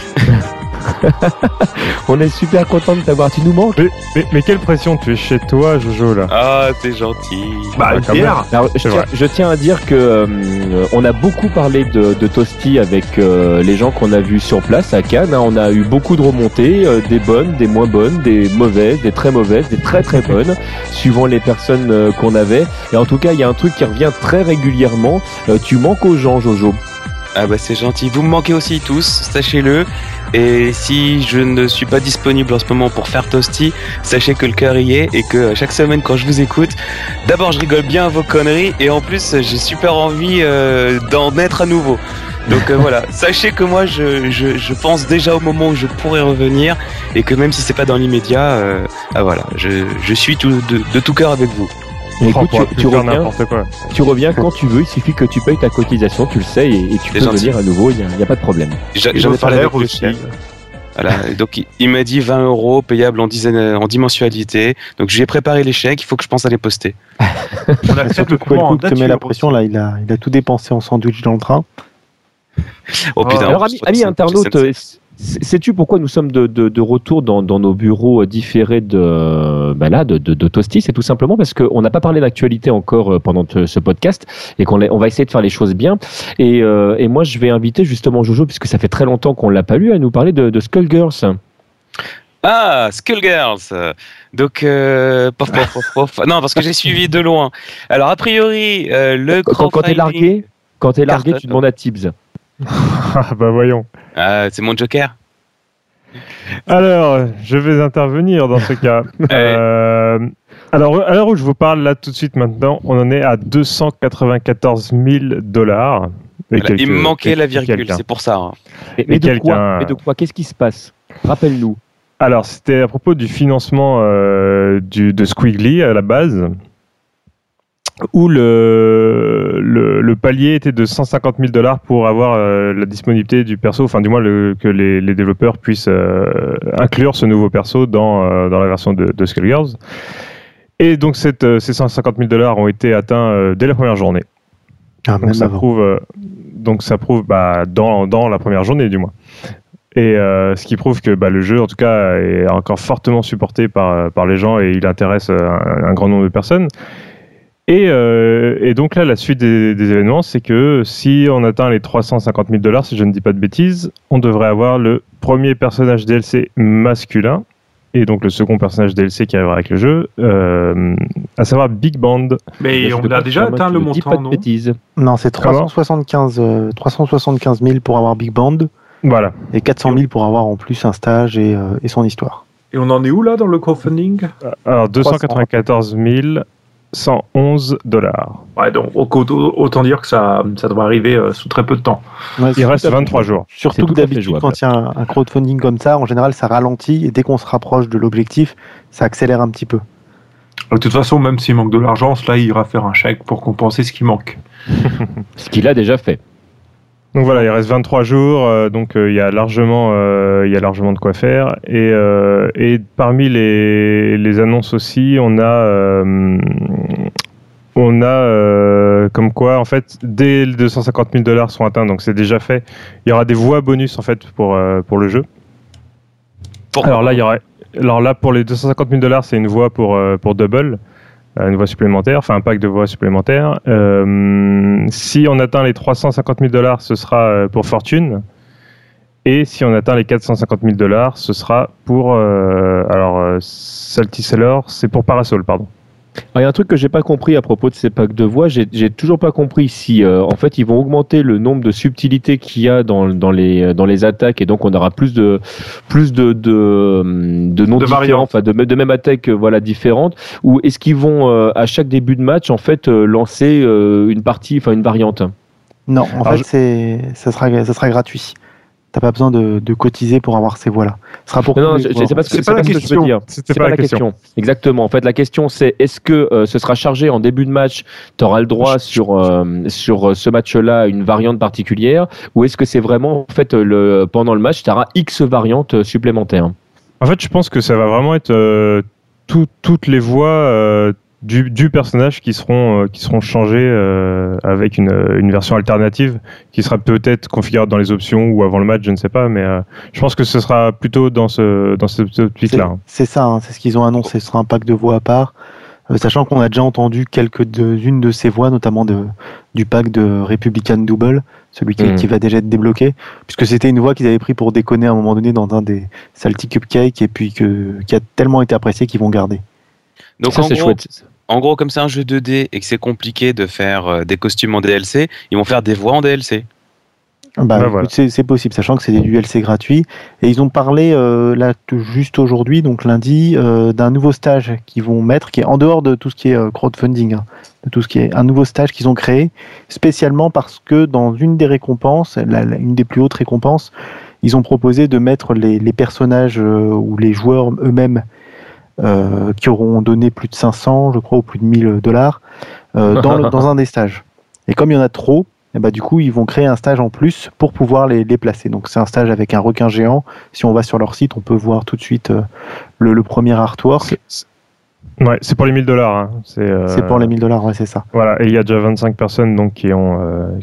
On est super content de t'avoir, tu nous manques. Mais quelle pression, tu es chez toi, Jojo, là? Ah, t'es gentil. Bah, alors, je tiens à dire que on a beaucoup parlé de Toasty avec les gens qu'on a vus sur place à Cannes. Hein. On a eu beaucoup de remontées, des bonnes, des moins bonnes, des mauvaises, des très mauvaises, des très très bonnes, suivant les personnes qu'on avait. Et en tout cas, il y a un truc qui revient très régulièrement. Tu manques aux gens, Jojo. Ah bah c'est gentil, vous me manquez aussi tous, sachez-le. Et si je ne suis pas disponible en ce moment pour faire Toasty, sachez que le cœur y est et que chaque semaine quand je vous écoute, d'abord je rigole bien à vos conneries et en plus j'ai super envie d'en être à nouveau. Donc voilà, sachez que moi je pense déjà au moment où je pourrais revenir et que même si c'est pas dans l'immédiat, voilà, je suis de tout cœur avec vous. Mais écoute, On pourra plus tu faire reviens, n'importe quoi. tu reviens quand tu veux, il suffit que tu payes ta cotisation, tu le sais, et tu C'est peux gentil. venir à nouveau, il n'y a pas de problème. J'en Et ai le parlé avec salaire le aussi. chef. Voilà, et donc il m'a dit 20 € payable en 10 mensualités. Donc je lui ai préparé les chèques, il faut que je pense à les poster. On accepte Surtout le que le paiement en coup de te met la nature pression, là, il a tout dépensé en sandwich dans le train. Oh putain, Alors, je ami crois que c'est un internaute, peu sais-tu pourquoi nous sommes de retour dans nos bureaux différés de Toasty? C'est tout simplement parce qu'on n'a pas parlé d'actualité encore pendant ce podcast et on va essayer de faire les choses bien. Et moi, je vais inviter justement Jojo, puisque ça fait très longtemps qu'on ne l'a pas lu, à nous parler de Skullgirls. Ah, Skullgirls. Donc, non, parce que j'ai suivi de loin. Alors, a priori, le Quand t'es largué, tu demandes à Tibbs. Ah bah voyons. Ah, c'est mon joker. Alors, je vais intervenir dans ce cas. Alors, à l'heure où je vous parle, là, tout de suite, maintenant, on en est à 294 000 $. Voilà, il me manquait la virgule, c'est pour ça. Hein. Mais de quoi? Qu'est-ce qui se passe? Rappelle-nous. Alors, c'était à propos du financement de Squiggly à la base, où le palier était de 150 000 $ pour avoir la disponibilité du perso, enfin du moins que les développeurs puissent inclure ce nouveau perso dans la version de Skullgirls. Et donc ces 150 000 $ ont été atteints dès la première journée. Donc ça prouve dans la première journée du moins. Et ce qui prouve que le jeu, en tout cas, est encore fortement supporté par les gens et il intéresse un grand nombre de personnes. Et donc là, la suite des événements, c'est que si on atteint les 350 000 $, si je ne dis pas de bêtises, on devrait avoir le premier personnage DLC masculin et donc le second personnage DLC qui arrivera avec le jeu, à savoir Big Band. Mais on a déjà atteint le montant, non? Non, c'est 375 000 pour avoir Big Band. Voilà. Et 400 000 pour avoir en plus un stage et son histoire. Et on en est où là dans le crowdfunding? Alors 294 111 $. Ouais, donc autant dire que ça devrait arriver sous très peu de temps. Ouais, il reste 23 jours. Surtout que d'habitude, quand il y a un crowdfunding comme ça, en général, ça ralentit et dès qu'on se rapproche de l'objectif, ça accélère un petit peu. De toute façon, même s'il manque de l'argent, là, il ira faire un chèque pour compenser ce qui manque. Ce qu'il a déjà fait. Donc voilà, il reste 23 jours, donc il y a largement de quoi faire. Et parmi les annonces aussi, on a comme quoi, en fait, dès les 250 000 $ sont atteints, donc c'est déjà fait. Il y aura des voix bonus en fait pour le jeu. Alors là, pour les 250 000 $, c'est une voix pour Double. Une voix supplémentaire, enfin un pack de voix supplémentaires. Si on atteint les 350 000 $, ce sera pour Fortune. Et si on atteint les 450 000 $, ce sera pour... Salty Sailor, c'est pour Parasol, pardon. Il y a un truc que j'ai pas compris à propos de ces packs de voix. J'ai toujours pas compris si en fait ils vont augmenter le nombre de subtilités qu'il y a dans les attaques et donc on aura plus de noms différents, enfin de même attaques différentes, ou est-ce qu'ils vont à chaque début de match en fait lancer une partie, enfin une variante? Non, en fait ça sera gratuit. T'as pas besoin de cotiser pour avoir ces voix-là. Ce sera pour non, c'est pas la question. C'est pas la question. Exactement. En fait, la question c'est est-ce que ce sera chargé en début de match, tu auras le droit sur ce match-là à une variante particulière, ou est-ce que c'est vraiment en fait pendant le match, tu auras X variantes supplémentaires? En fait, je pense que ça va vraiment être toutes les voix du personnage qui seront changées avec une version alternative qui sera peut-être configurable dans les options ou avant le match, je ne sais pas, mais je pense que ce sera plutôt dans cette optique-là. C'est ça, c'est ce qu'ils ont annoncé, ce sera un pack de voix à part, sachant qu'on a déjà entendu quelques-unes de ces voix, notamment du pack de Republican Double, celui qui va déjà être débloqué, puisque c'était une voix qu'ils avaient pris pour déconner à un moment donné dans un des Salty Cupcakes et puis qui a tellement été apprécié qu'ils vont garder. Donc ça, c'est chouette. En gros, comme c'est un jeu 2D et que c'est compliqué de faire des costumes en DLC, ils vont faire des voix en DLC. Voilà. C'est possible, sachant que c'est des DLC gratuits. Et ils ont parlé là juste aujourd'hui, donc lundi, d'un nouveau stage qu'ils vont mettre, qui est en dehors de tout ce qui est crowdfunding, de tout ce qui est un nouveau stage qu'ils ont créé, spécialement parce que dans une des récompenses, une des plus hautes récompenses, ils ont proposé de mettre les personnages ou les joueurs eux-mêmes qui auront donné plus de 500, je crois, ou plus de $1000 dans un des stages. Et comme il y en a trop, et bah, du coup, ils vont créer un stage en plus pour pouvoir les placer. Donc, c'est un stage avec un requin géant. Si on va sur leur site, on peut voir tout de suite le premier artwork. Ouais, c'est pour les $1000. Hein. C'est pour les $1000, ouais, c'est ça. Voilà, et il y a déjà 25 personnes donc, qui ont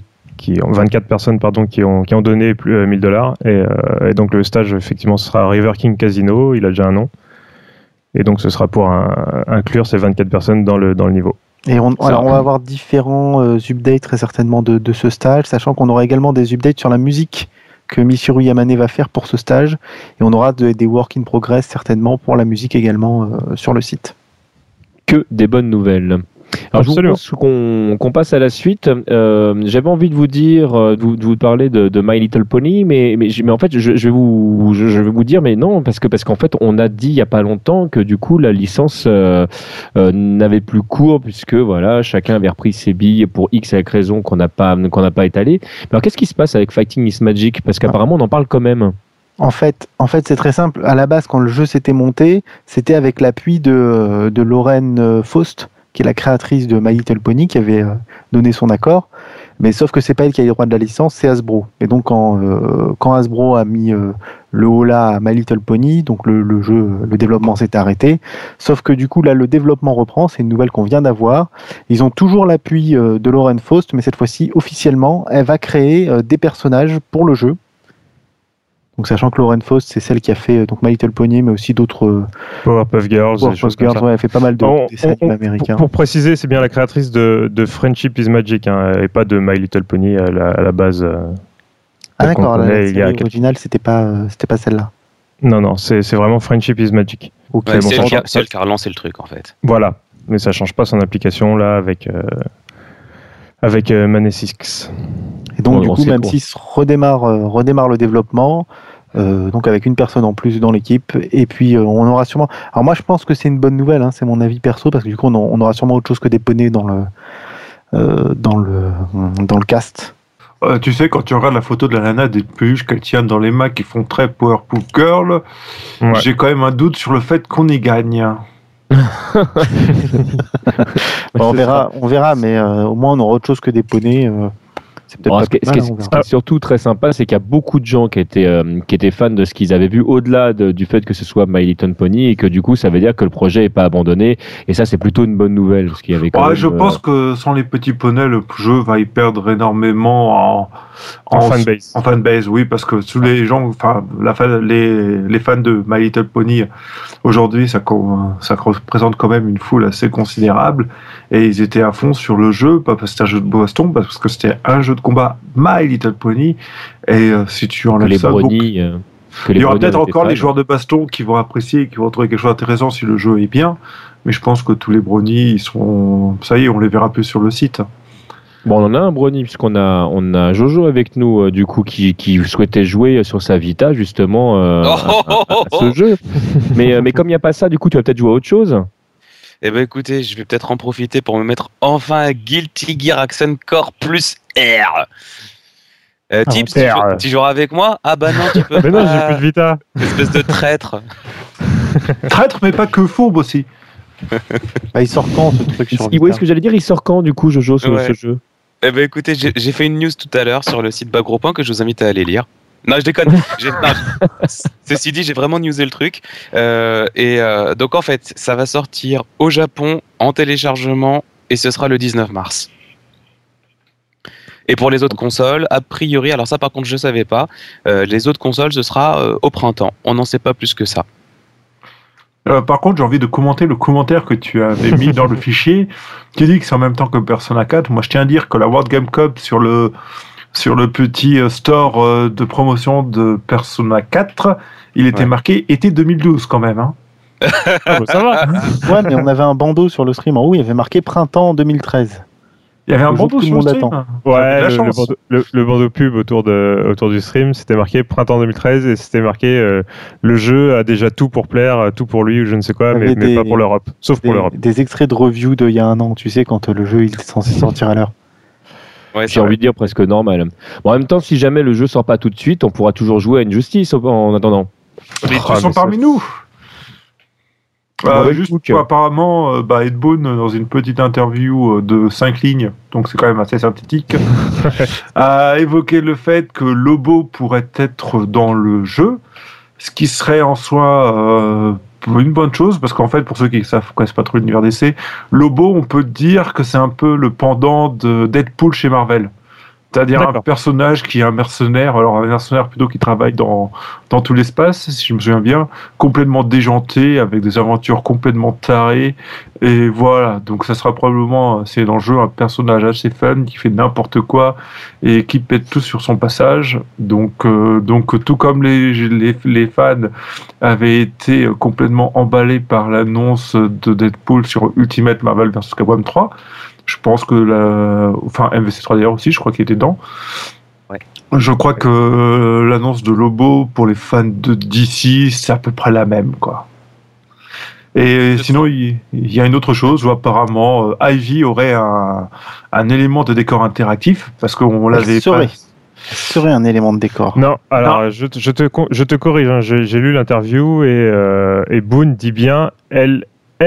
24 personnes pardon, qui ont donné plus $1000. Et donc, le stage, effectivement, ce sera River King Casino. Il a déjà un nom. Et donc, ce sera pour inclure ces 24 personnes dans le niveau. Et on va avoir différents updates très certainement de ce stage, sachant qu'on aura également des updates sur la musique que Michiru Yamane va faire pour ce stage, et on aura des work in progress certainement pour la musique également sur le site. Que des bonnes nouvelles. Alors, je vous propose qu'on passe à la suite. J'avais envie de vous dire, de vous parler de My Little Pony, mais en fait, je vais vous dire, mais non, parce qu'en fait, on a dit il y a pas longtemps que du coup, la licence n'avait plus cours, puisque voilà, chacun avait repris ses billes pour X avec raison qu'on n'a pas étalé. Mais alors, qu'est-ce qui se passe avec Fighting is Magic? Parce qu'apparemment, on en parle quand même. En fait, c'est très simple. À la base, quand le jeu s'était monté, c'était avec l'appui de Lauren Faust, qui est la créatrice de My Little Pony, qui avait donné son accord. Mais sauf que c'est pas elle qui a les droits de la licence, c'est Hasbro. Et donc quand Hasbro a mis le holà à My Little Pony, donc le développement s'est arrêté. Sauf que du coup là le développement reprend, c'est une nouvelle qu'on vient d'avoir. Ils ont toujours l'appui de Lauren Faust, mais cette fois-ci officiellement, elle va créer des personnages pour le jeu. Donc sachant que Lauren Faust, c'est celle qui a fait donc My Little Pony, mais aussi d'autres Powerpuff Girls, ouais, elle fait pas mal de dessins américains. Pour préciser, c'est bien la créatrice de Friendship is Magic, hein, et pas de My Little Pony à la base. Ah d'accord, la série originale, c'était pas celle-là. Non, c'est vraiment Friendship is Magic. Okay, c'est elle qui a relancé le truc en fait. Voilà, mais ça change pas son application là avec Manesix. Et donc du coup, même si redémarre le développement, donc avec une personne en plus dans l'équipe, et puis on aura sûrement. Alors moi, je pense que c'est une bonne nouvelle, hein, c'est mon avis perso, parce que du coup, on aura sûrement autre chose que des poneys dans le cast. Tu sais, quand tu regardes la photo de la nana des peluches qu'elle tient dans les mains qui font très Powerpuff Girl, ouais. J'ai quand même un doute sur le fait qu'on y gagne. On verra, mais au moins on aura autre chose que des poneys. C'est peut-être ce qui est surtout très sympa, c'est qu'il y a beaucoup de gens qui étaient fans de ce qu'ils avaient vu au-delà du fait que ce soit My Little Pony, et que du coup ça veut dire que le projet n'est pas abandonné, et ça c'est plutôt une bonne nouvelle. Parce qu'il y avait je pense que sans les petits poneys, le jeu va y perdre énormément en fanbase. En fanbase, oui, parce que tous les gens, enfin les fans de My Little Pony aujourd'hui, ça représente quand même une foule assez considérable, et ils étaient à fond sur le jeu, pas parce que c'était un jeu de baston, parce que c'était un jeu de combat My Little Pony, et si tu enlèves ça, il y aura peut-être encore les joueurs de baston qui vont apprécier, qui vont trouver quelque chose d'intéressant si le jeu est bien, mais je pense que tous les bronies, ça y est, on les verra plus sur le site. Bon, on en a un brony, puisqu'on a Jojo avec nous, du coup, qui souhaitait jouer sur sa Vita, justement, à ce jeu. Mais comme il n'y a pas ça, du coup, tu vas peut-être jouer à autre chose. Eh ben écoutez, je vais peut-être en profiter pour me mettre enfin à Guilty Gear Accent Core plus R. Tips, tu joueras avec moi? Ah bah non, tu peux mais pas. Mais non, j'ai plus de Vita. Espèce de traître. Traître, mais pas que fourbe aussi. Il sort quand ce truc sur Vita? Oui, ce que j'allais dire, il sort quand du coup, Jojo, ce jeu? Eh ben écoutez, j'ai fait une news tout à l'heure sur le site Bagro.point que je vous invite à aller lire. Non, je déconne. Ceci dit, j'ai vraiment newsé le truc. Donc en fait, ça va sortir au Japon en téléchargement, et ce sera le 19 mars. Et pour les autres consoles, a priori, alors ça par contre je savais pas, les autres consoles ce sera au printemps. On n'en sait pas plus que ça. Par contre, j'ai envie de commenter le commentaire que tu avais mis dans le fichier. Tu dis que c'est en même temps que Persona 4. Moi, je tiens à dire que la World Game Cup sur le petit store de promotion de Persona 4, il était marqué été 2012 quand même. Hein. Ça va. Ouais, mais on avait un bandeau sur le stream en haut, il y avait marqué printemps 2013. Il y avait un bandeau sur le stream. Ouais, le bandeau pub autour du stream, c'était marqué printemps 2013, et c'était marqué le jeu a déjà tout pour plaire, tout pour lui ou je ne sais quoi, mais pas pour l'Europe, sauf pour l'Europe. Des extraits de review d'il y a un an, tu sais, quand le jeu il est censé sortir à l'heure. Ouais, j'ai envie de dire presque normal. Bon, en même temps, si jamais le jeu sort pas tout de suite, on pourra toujours jouer à Injustice en attendant. Mais ils sont parmi nous. Apparemment, Ed Boon, dans une petite interview de 5 lignes, donc c'est quand même assez synthétique, a évoqué le fait que Lobo pourrait être dans le jeu, ce qui serait en soi une bonne chose, parce qu'en fait, pour ceux qui ne connaissent pas trop l'univers DC, Lobo, on peut dire que c'est un peu le pendant de Deadpool chez Marvel. C'est-à-dire un personnage qui est un mercenaire, alors un mercenaire plutôt qui travaille dans tout l'espace, si je me souviens bien, complètement déjanté, avec des aventures complètement tarées, et voilà, donc ça sera probablement, c'est dans le jeu, un personnage assez fun, qui fait n'importe quoi, et qui pète tout sur son passage, donc tout comme les fans avaient été complètement emballés par l'annonce de Deadpool sur Ultimate Marvel vs Capcom 3, je pense que MVC3 d'ailleurs aussi, je crois qu'il était dedans. Ouais. Je crois que l'annonce de Lobo pour les fans de DC, c'est à peu près la même, quoi. Et sinon, il y a une autre chose où apparemment Ivy aurait un élément de décor interactif, parce qu'on l'avait pas. Serait un élément de décor. Non, alors je te corrige, hein, j'ai lu l'interview et Boone dit bien elle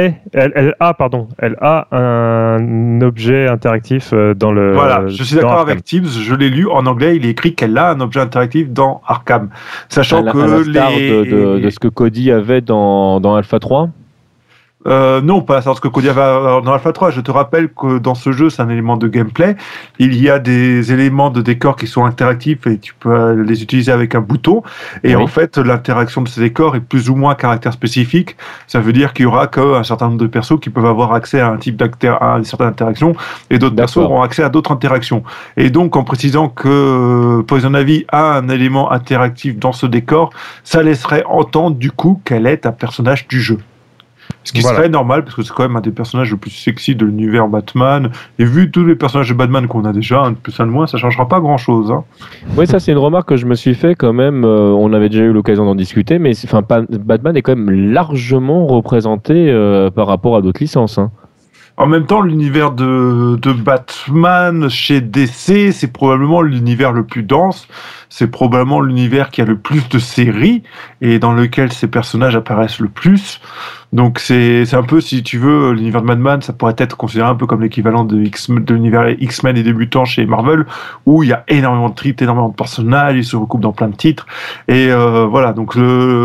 a un objet interactif dans le. Voilà, je suis d'accord avec Tibbs, je l'ai lu en anglais, il est écrit qu'elle a un objet interactif dans Arkham. Sachant que de ce que Cody avait dans Alpha 3. Non, pas ce que Cody avait dans Alpha 3. Je te rappelle que dans ce jeu, c'est un élément de gameplay. Il y a des éléments de décor qui sont interactifs et tu peux les utiliser avec un bouton. Et en fait, l'interaction de ces décors est plus ou moins à caractère spécifique. Ça veut dire qu'il y aura qu'un certain nombre de persos qui peuvent avoir accès à à une certaine interaction et d'autres persos auront accès à d'autres interactions. Et donc, en précisant que Poison Ivy a un élément interactif dans ce décor, ça laisserait entendre du coup qu'elle est un personnage du jeu. Ce qui serait normal, parce que c'est quand même un des personnages le plus sexy de l'univers Batman. Et vu tous les personnages de Batman qu'on a déjà, un de plus, un de moins, ça changera pas grand-chose. Hein. Oui, ça c'est une remarque que je me suis fait quand même. On avait déjà eu l'occasion d'en discuter, mais Batman est quand même largement représenté par rapport à d'autres licences. Hein. En même temps, l'univers de Batman chez DC, c'est probablement l'univers le plus dense. C'est probablement l'univers qui a le plus de séries et dans lequel ces personnages apparaissent le plus. Donc c'est un peu, si tu veux, l'univers de Batman, ça pourrait être considéré un peu comme l'équivalent de l'univers X-Men et débutants chez Marvel, où il y a énormément de titres, énormément de personnages, ils se recoupent dans plein de titres. Et voilà, donc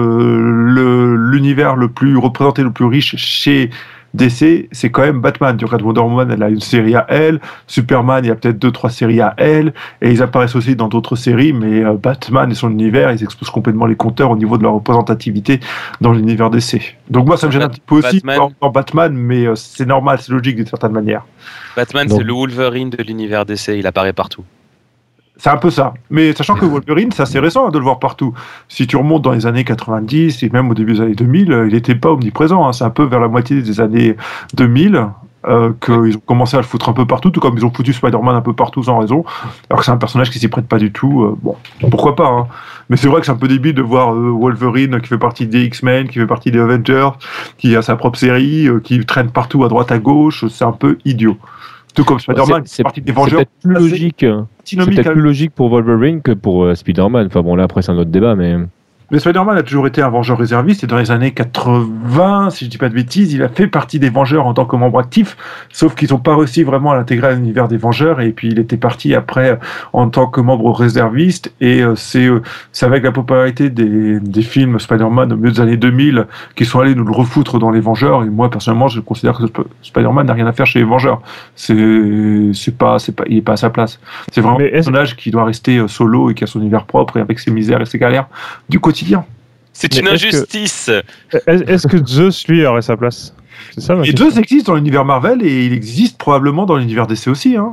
l'univers le plus représenté, le plus riche chez DC, c'est quand même Batman. Tu regardes Wonder Woman, elle a une série à elle. Superman, il y a peut-être 2-3 séries à elle. Et ils apparaissent aussi dans d'autres séries, mais Batman et son univers, ils explosent complètement les compteurs au niveau de leur représentativité dans l'univers DC. Donc moi, ça me gêne un petit peu aussi dans Batman, mais c'est normal, c'est logique d'une certaine manière. Batman, c'est le Wolverine de l'univers DC, il apparaît partout. C'est un peu ça. Mais sachant que Wolverine, c'est assez récent de le voir partout. Si tu remontes dans les années 90 et même au début des années 2000, il n'était pas omniprésent. Hein. C'est un peu vers la moitié des années 2000 qu'ils ont commencé à le foutre un peu partout, tout comme ils ont foutu Spider-Man un peu partout sans raison. Alors que c'est un personnage qui s'y prête pas du tout. Bon, pourquoi pas. Hein. Mais c'est vrai que c'est un peu débile de voir Wolverine qui fait partie des X-Men, qui fait partie des Avengers, qui a sa propre série, qui traîne partout à droite à gauche. C'est un peu idiot. Tout comme Spider-Man, c'est partie des Vengeurs. C'est peut-être plus logique pour Wolverine que pour Spider-Man. Enfin bon, là après c'est un autre débat, mais... Mais Spider-Man a toujours été un Vengeur réserviste et dans les années 80, si je dis pas de bêtises, il a fait partie des Vengeurs en tant que membre actif, sauf qu'ils n'ont pas réussi vraiment à l'intégrer à l'univers des Vengeurs et puis il était parti après en tant que membre réserviste et c'est avec la popularité des films Spider-Man au milieu des années 2000 qui sont allés nous le refoutre dans les Vengeurs et moi personnellement je considère que Spider-Man n'a rien à faire chez les Vengeurs. Il est pas à sa place. C'est vraiment un personnage qui doit rester solo et qui a son univers propre et avec ses misères et ses galères du quotidien. C'est une injustice. Est-ce que Zeus, lui, aurait sa place? C'est ça, et Zeus existe dans l'univers Marvel et il existe probablement dans l'univers DC aussi. Hein.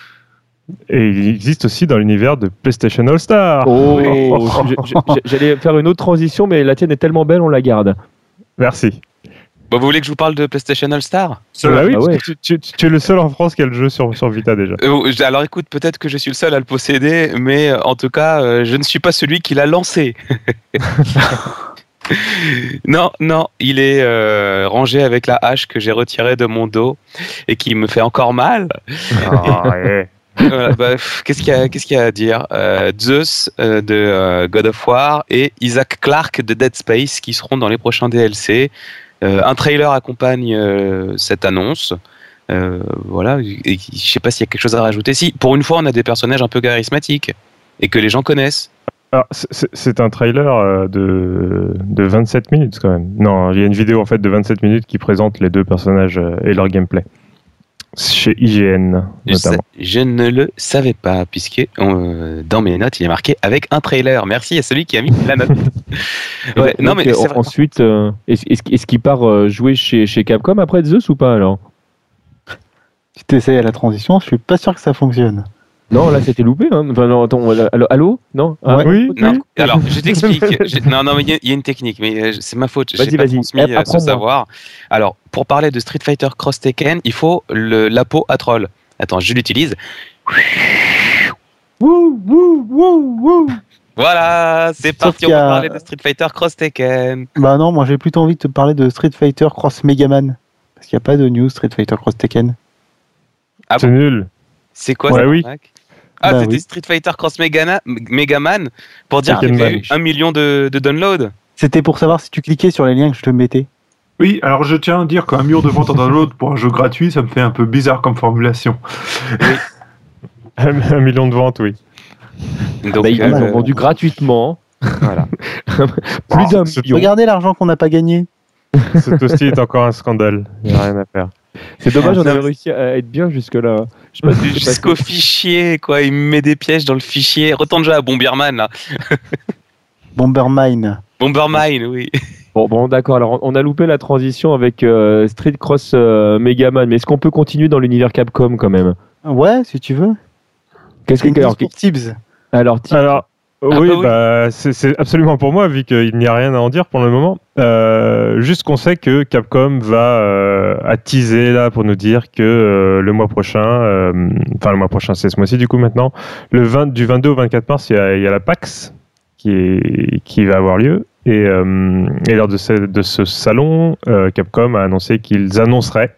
Et il existe aussi dans l'univers de PlayStation All-Star. Oh, j'allais faire une autre transition, mais la tienne est tellement belle, on la garde. Merci. Bon, vous voulez que je vous parle de PlayStation All-Star? Bah oui, parce que tu es le seul en France qui a le jeu sur Vita déjà. Alors écoute, peut-être que je suis le seul à le posséder, mais en tout cas, je ne suis pas celui qui l'a lancé. Non, il est rangé avec la hache que j'ai retirée de mon dos et qui me fait encore mal. Voilà, qu'est-ce qu'il y a à dire? Zeus de God of War et Isaac Clarke de Dead Space qui seront dans les prochains DLC. Un trailer accompagne cette annonce. Voilà, et je sais pas s'il y a quelque chose à rajouter. Si, pour une fois, on a des personnages un peu charismatiques et que les gens connaissent. Alors, c'est un trailer de 27 minutes quand même. Non, il y a une vidéo en fait de 27 minutes qui présente les deux personnages et leur gameplay. Chez IGN, notamment. Je ne le savais pas, puisque dans mes notes, il est marqué avec un trailer. Merci à celui qui a mis la note. Ouais, non, mais ensuite, est-ce qu'il part jouer chez Capcom après Zeus ou pas alors? Si tu essayes à la transition, je suis pas sûr que ça fonctionne. Non, là c'était loupé. Hein. Enfin, non, attends, allô? Non, oui. Non. Alors, je t'explique. Non, mais il y a une technique, mais c'est ma faute. J'ai pas transmis ce savoir. Alors, pour parler de Street Fighter Cross Tekken, il faut la peau à troll. Attends, je l'utilise. Voilà, c'est parti, on va parler de Street Fighter Cross Tekken. Bah non, moi j'ai plutôt envie de te parler de Street Fighter Cross Megaman. Parce qu'il n'y a pas de news Street Fighter Cross Tekken. Ah bon, c'est nul. C'est quoi ça, mec? Ah, c'était Street Fighter Cross Megaman pour dire qu'il y avait eu 1 million de downloads. C'était pour savoir si tu cliquais sur les liens que je te mettais. Oui, alors je tiens à dire qu'un million de ventes en download pour un jeu gratuit, ça me fait un peu bizarre comme formulation. Oui. 1 million de ventes, oui. Donc, ils ont vendu gratuitement. Voilà. Plus d'1 million. Regardez l'argent qu'on n'a pas gagné. Ce toasty est encore un scandale. Il n'y a rien à faire. C'est dommage, on avait réussi à être bien jusque-là. Jusqu'au fichier, quoi. Il me met des pièges dans le fichier. Retourne déjà à Bomberman, là. Bombermine, oui. Bon, d'accord. Alors, on a loupé la transition avec Street Cross Megaman. Mais est-ce qu'on peut continuer dans l'univers Capcom quand même? Ouais, si tu veux. Qu'est-ce que Tibbs. Alors, oui, c'est absolument pour moi, vu qu'il n'y a rien à en dire pour le moment. Juste qu'on sait que Capcom va attiser là pour nous dire que le mois prochain, c'est ce mois-ci du coup maintenant, du 22 au 24 mars, il y a la PAX qui va avoir lieu. Et lors de ce salon, Capcom a annoncé qu'ils annonceraient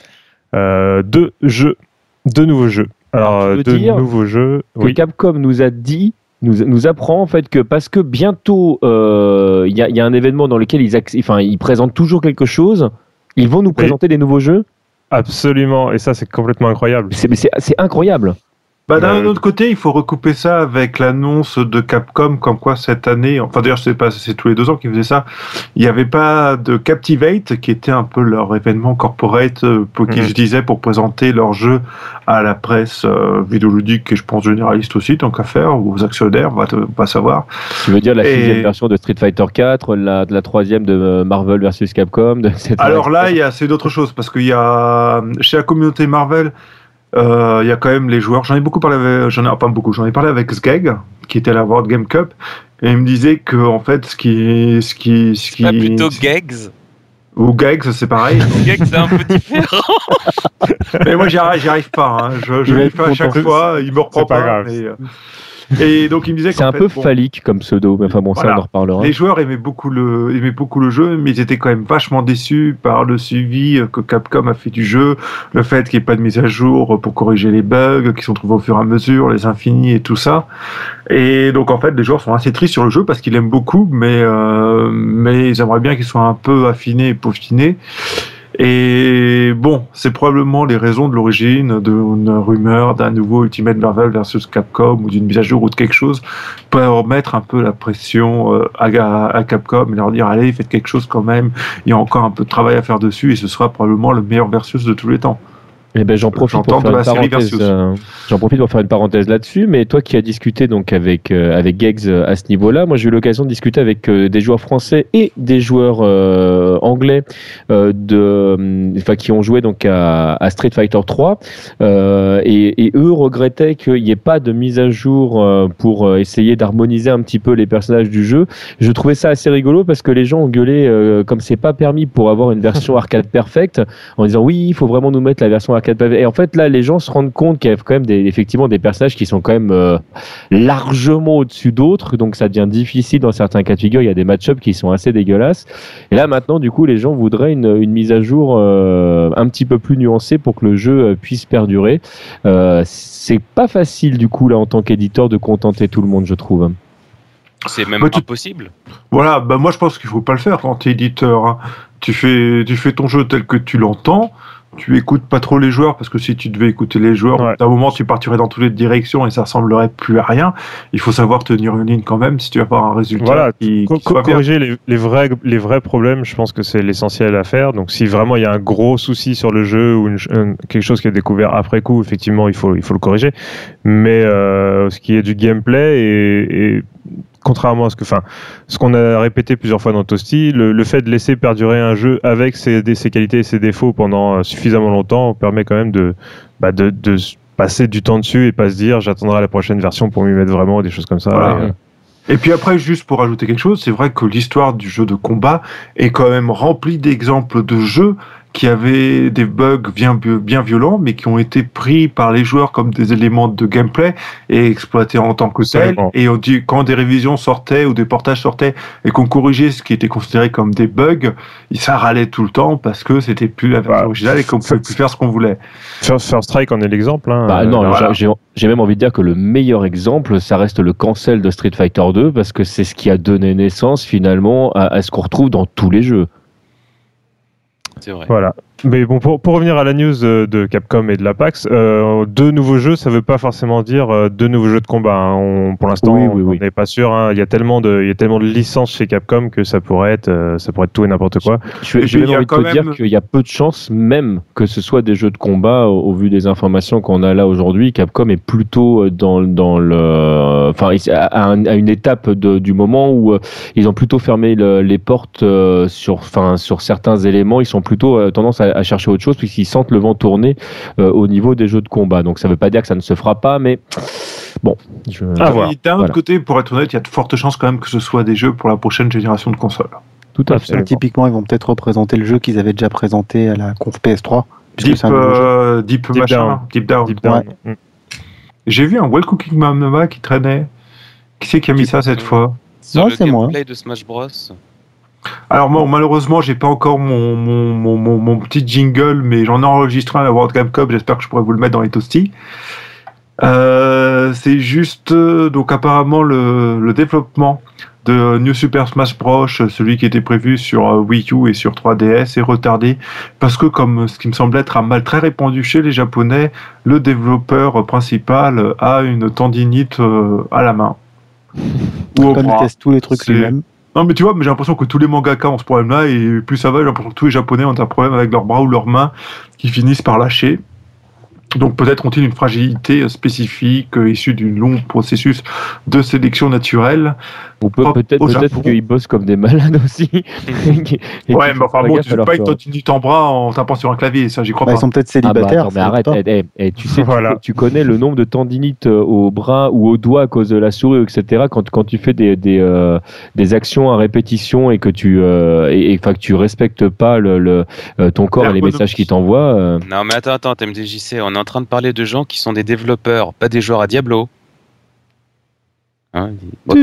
deux nouveaux jeux. Alors, nouveaux jeux. Oui. Capcom nous a dit. Nous apprend en fait que parce que bientôt il y a un événement dans lequel ils présentent toujours quelque chose, ils vont nous présenter des nouveaux jeux. Absolument, et ça c'est complètement incroyable. C'est incroyable. Bah, d'un autre côté, il faut recouper ça avec l'annonce de Capcom comme quoi cette année, enfin d'ailleurs c'est tous les 2 ans qu'ils faisaient ça, il n'y avait pas de Captivate qui était un peu leur événement corporate qu'ils utilisaient pour présenter leurs jeux à la presse vidéoludique et je pense généraliste aussi, tant qu'à faire, ou aux actionnaires, on va savoir. Tu veux dire la 6e version de Street Fighter 4, la 3e de Marvel vs Capcom, etc. Alors là, c'est d'autres choses parce qu'il y a chez la communauté Marvel, il y a quand même les joueurs. J'en ai parlé avec Sgeg qui était à la World Game Cup et il me disait que en fait ce qui pas plutôt Gegs ou Gegs, c'est pareil. Gegs c'est un peu différent. Mais moi j'y arrive pas. Je l'ai fait à chaque fois. Il me reprend pas. Grave. Et donc il me disait c'est un peu phallique comme pseudo, mais enfin bon, ça on en reparlera. Les joueurs aimaient beaucoup le jeu, mais ils étaient quand même vachement déçus par le suivi que Capcom a fait du jeu, le fait qu'il n'y ait pas de mise à jour pour corriger les bugs qui sont trouvés au fur et à mesure, les infinis et tout ça. Et donc en fait les joueurs sont assez tristes sur le jeu parce qu'ils l'aiment beaucoup, mais ils aimeraient bien qu'il soit un peu affiné et peaufiné. Et bon, c'est probablement les raisons de l'origine d'une rumeur d'un nouveau Ultimate Marvel versus Capcom ou d'une mise à jour ou de quelque chose pour mettre un peu la pression à Capcom et leur dire allez, faites quelque chose quand même, il y a encore un peu de travail à faire dessus et ce sera probablement le meilleur versus de tous les temps. Eh ben, j'en profite pour faire une parenthèse là-dessus, mais toi qui as discuté donc avec Gegs à ce niveau-là, moi j'ai eu l'occasion de discuter avec des joueurs français et des joueurs anglais qui ont joué donc à Street Fighter 3 et eux regrettaient qu'il n'y ait pas de mise à jour pour essayer d'harmoniser un petit peu les personnages du jeu. Je trouvais ça assez rigolo parce que les gens ont gueulé comme c'est pas permis pour avoir une version arcade perfecte en disant oui, il faut vraiment nous mettre la version arcade. Et en fait, là, les gens se rendent compte qu'il y a quand même effectivement des personnages qui sont quand même largement au-dessus d'autres, donc ça devient difficile dans certains cas de figure. Il y a des match-ups qui sont assez dégueulasses. Et là, maintenant, du coup, les gens voudraient une mise à jour un petit peu plus nuancée pour que le jeu puisse perdurer. C'est pas facile, du coup, là, en tant qu'éditeur, de contenter tout le monde, je trouve. C'est même impossible. Voilà, bah moi je pense qu'il faut pas le faire quand tu es éditeur. Hein. Tu fais ton jeu tel que tu l'entends. Tu écoutes pas trop les joueurs parce que si tu devais écouter les joueurs, à un moment tu partirais dans toutes les directions et ça ressemblerait plus à rien. Il faut savoir tenir une ligne quand même si tu veux avoir un résultat qui soit corriger bien. les vrais problèmes, je pense que c'est l'essentiel à faire. Donc si vraiment il y a un gros souci sur le jeu ou quelque chose qui est découvert après coup, effectivement il faut le corriger. Mais ce qui est du gameplay et contrairement à ce qu'on a répété plusieurs fois dans Toasty, le fait de laisser perdurer un jeu avec ses qualités et ses défauts pendant suffisamment longtemps permet quand même de passer du temps dessus et pas se dire j'attendrai la prochaine version pour m'y mettre vraiment, des choses comme ça. Voilà. Et puis après, juste pour ajouter quelque chose, c'est vrai que l'histoire du jeu de combat est quand même remplie d'exemples de jeux qui avaient des bugs bien violents, mais qui ont été pris par les joueurs comme des éléments de gameplay et exploités en tant que tels. Et on dit, quand des révisions sortaient ou des portages sortaient et qu'on corrigeait ce qui était considéré comme des bugs, ça râlait tout le temps parce que c'était plus la version originale et qu'on pouvait plus faire ce qu'on voulait. First Strike en est l'exemple. Hein. Non, voilà. J'ai même envie de dire que le meilleur exemple, ça reste le cancel de Street Fighter 2 parce que c'est ce qui a donné naissance finalement à ce qu'on retrouve dans tous les jeux. C'est vrai. Voilà. Mais bon, pour revenir à la news de Capcom et de la PAX, 2 nouveaux jeux, ça veut pas forcément dire 2 nouveaux jeux de combat. Hein. Pour l'instant, on n'est pas sûr. Hein. Il y a tellement de licences chez Capcom que ça pourrait être tout et n'importe quoi. J'ai même envie de te dire qu'il y a peu de chances, même que ce soit des jeux de combat, au vu des informations qu'on a là aujourd'hui. Capcom est plutôt dans à une étape du moment où ils ont plutôt fermé les portes sur certains éléments. Ils sont plutôt tendance à chercher autre chose puisqu'ils sentent le vent tourner au niveau des jeux de combat. Donc ça ne veut pas dire que ça ne se fera pas, mais bon. D'un autre côté, pour être honnête, il y a de fortes chances quand même que ce soit des jeux pour la prochaine génération de consoles. Tout à fait. Typiquement, ils vont peut-être représenter le jeu qu'ils avaient déjà présenté à la conf PS3. Deep Down. Ouais. J'ai vu un Well Cooking Mama qui traînait. Qui c'est qui a mis ça cette fois? Sur le gameplay de Smash Bros. Alors moi, malheureusement, j'ai pas encore mon petit jingle, mais j'en ai enregistré un à la World Game Cup. J'espère que je pourrai vous le mettre dans les toasties. C'est juste donc apparemment le développement de New Super Smash Bros, celui qui était prévu sur Wii U et sur 3DS, est retardé parce que, comme ce qui me semble être un mal très répandu chez les Japonais, le développeur principal a une tendinite à la main. Comme il teste tous les trucs lui-même. Non mais tu vois, mais j'ai l'impression que tous les mangaka ont ce problème-là et plus ça va, j'ai l'impression que tous les Japonais ont un problème avec leurs bras ou leurs mains qui finissent par lâcher. Donc peut-être ont-ils une fragilité spécifique issue d'un long processus de sélection naturelle. Ou peut-être qu'ils bossent comme des malades aussi. Ouais, mais enfin bon, tu fais pas une tendinite en bras en tapant sur un clavier, ça j'y crois pas. Ils sont peut-être célibataires. Mais arrête, tu sais, tu connais le nombre de tendinites au bras ou au doigt à cause de la souris, etc. Quand tu fais des actions à répétition et que que tu respectes pas ton corps et les messages qu'il t'envoie. Non mais attends, TMDJC, on est en train de parler de gens qui sont des développeurs, pas des joueurs à Diablo. Hein, ok.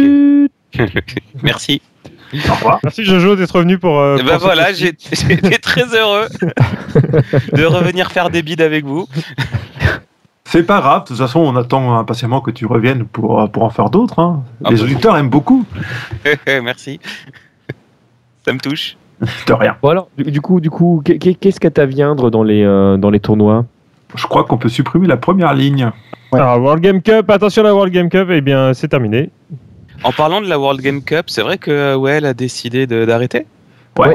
Merci. Au revoir. Merci Jojo d'être revenu pour. Ben voilà, j'étais très heureux de revenir faire des bides avec vous. C'est pas grave, de toute façon, on attend impatiemment que tu reviennes pour en faire d'autres. Hein. Les auditeurs aiment beaucoup. Merci. Ça me touche. De rien. Bon alors, du coup, qu'est-ce qu'à t'aviendre dans les tournois? Je crois qu'on peut supprimer la première ligne. Ouais. Alors, World Game Cup, attention à la World Game Cup, bien c'est terminé. En parlant de la World Game Cup, c'est vrai que elle a décidé d'arrêter. Ouais.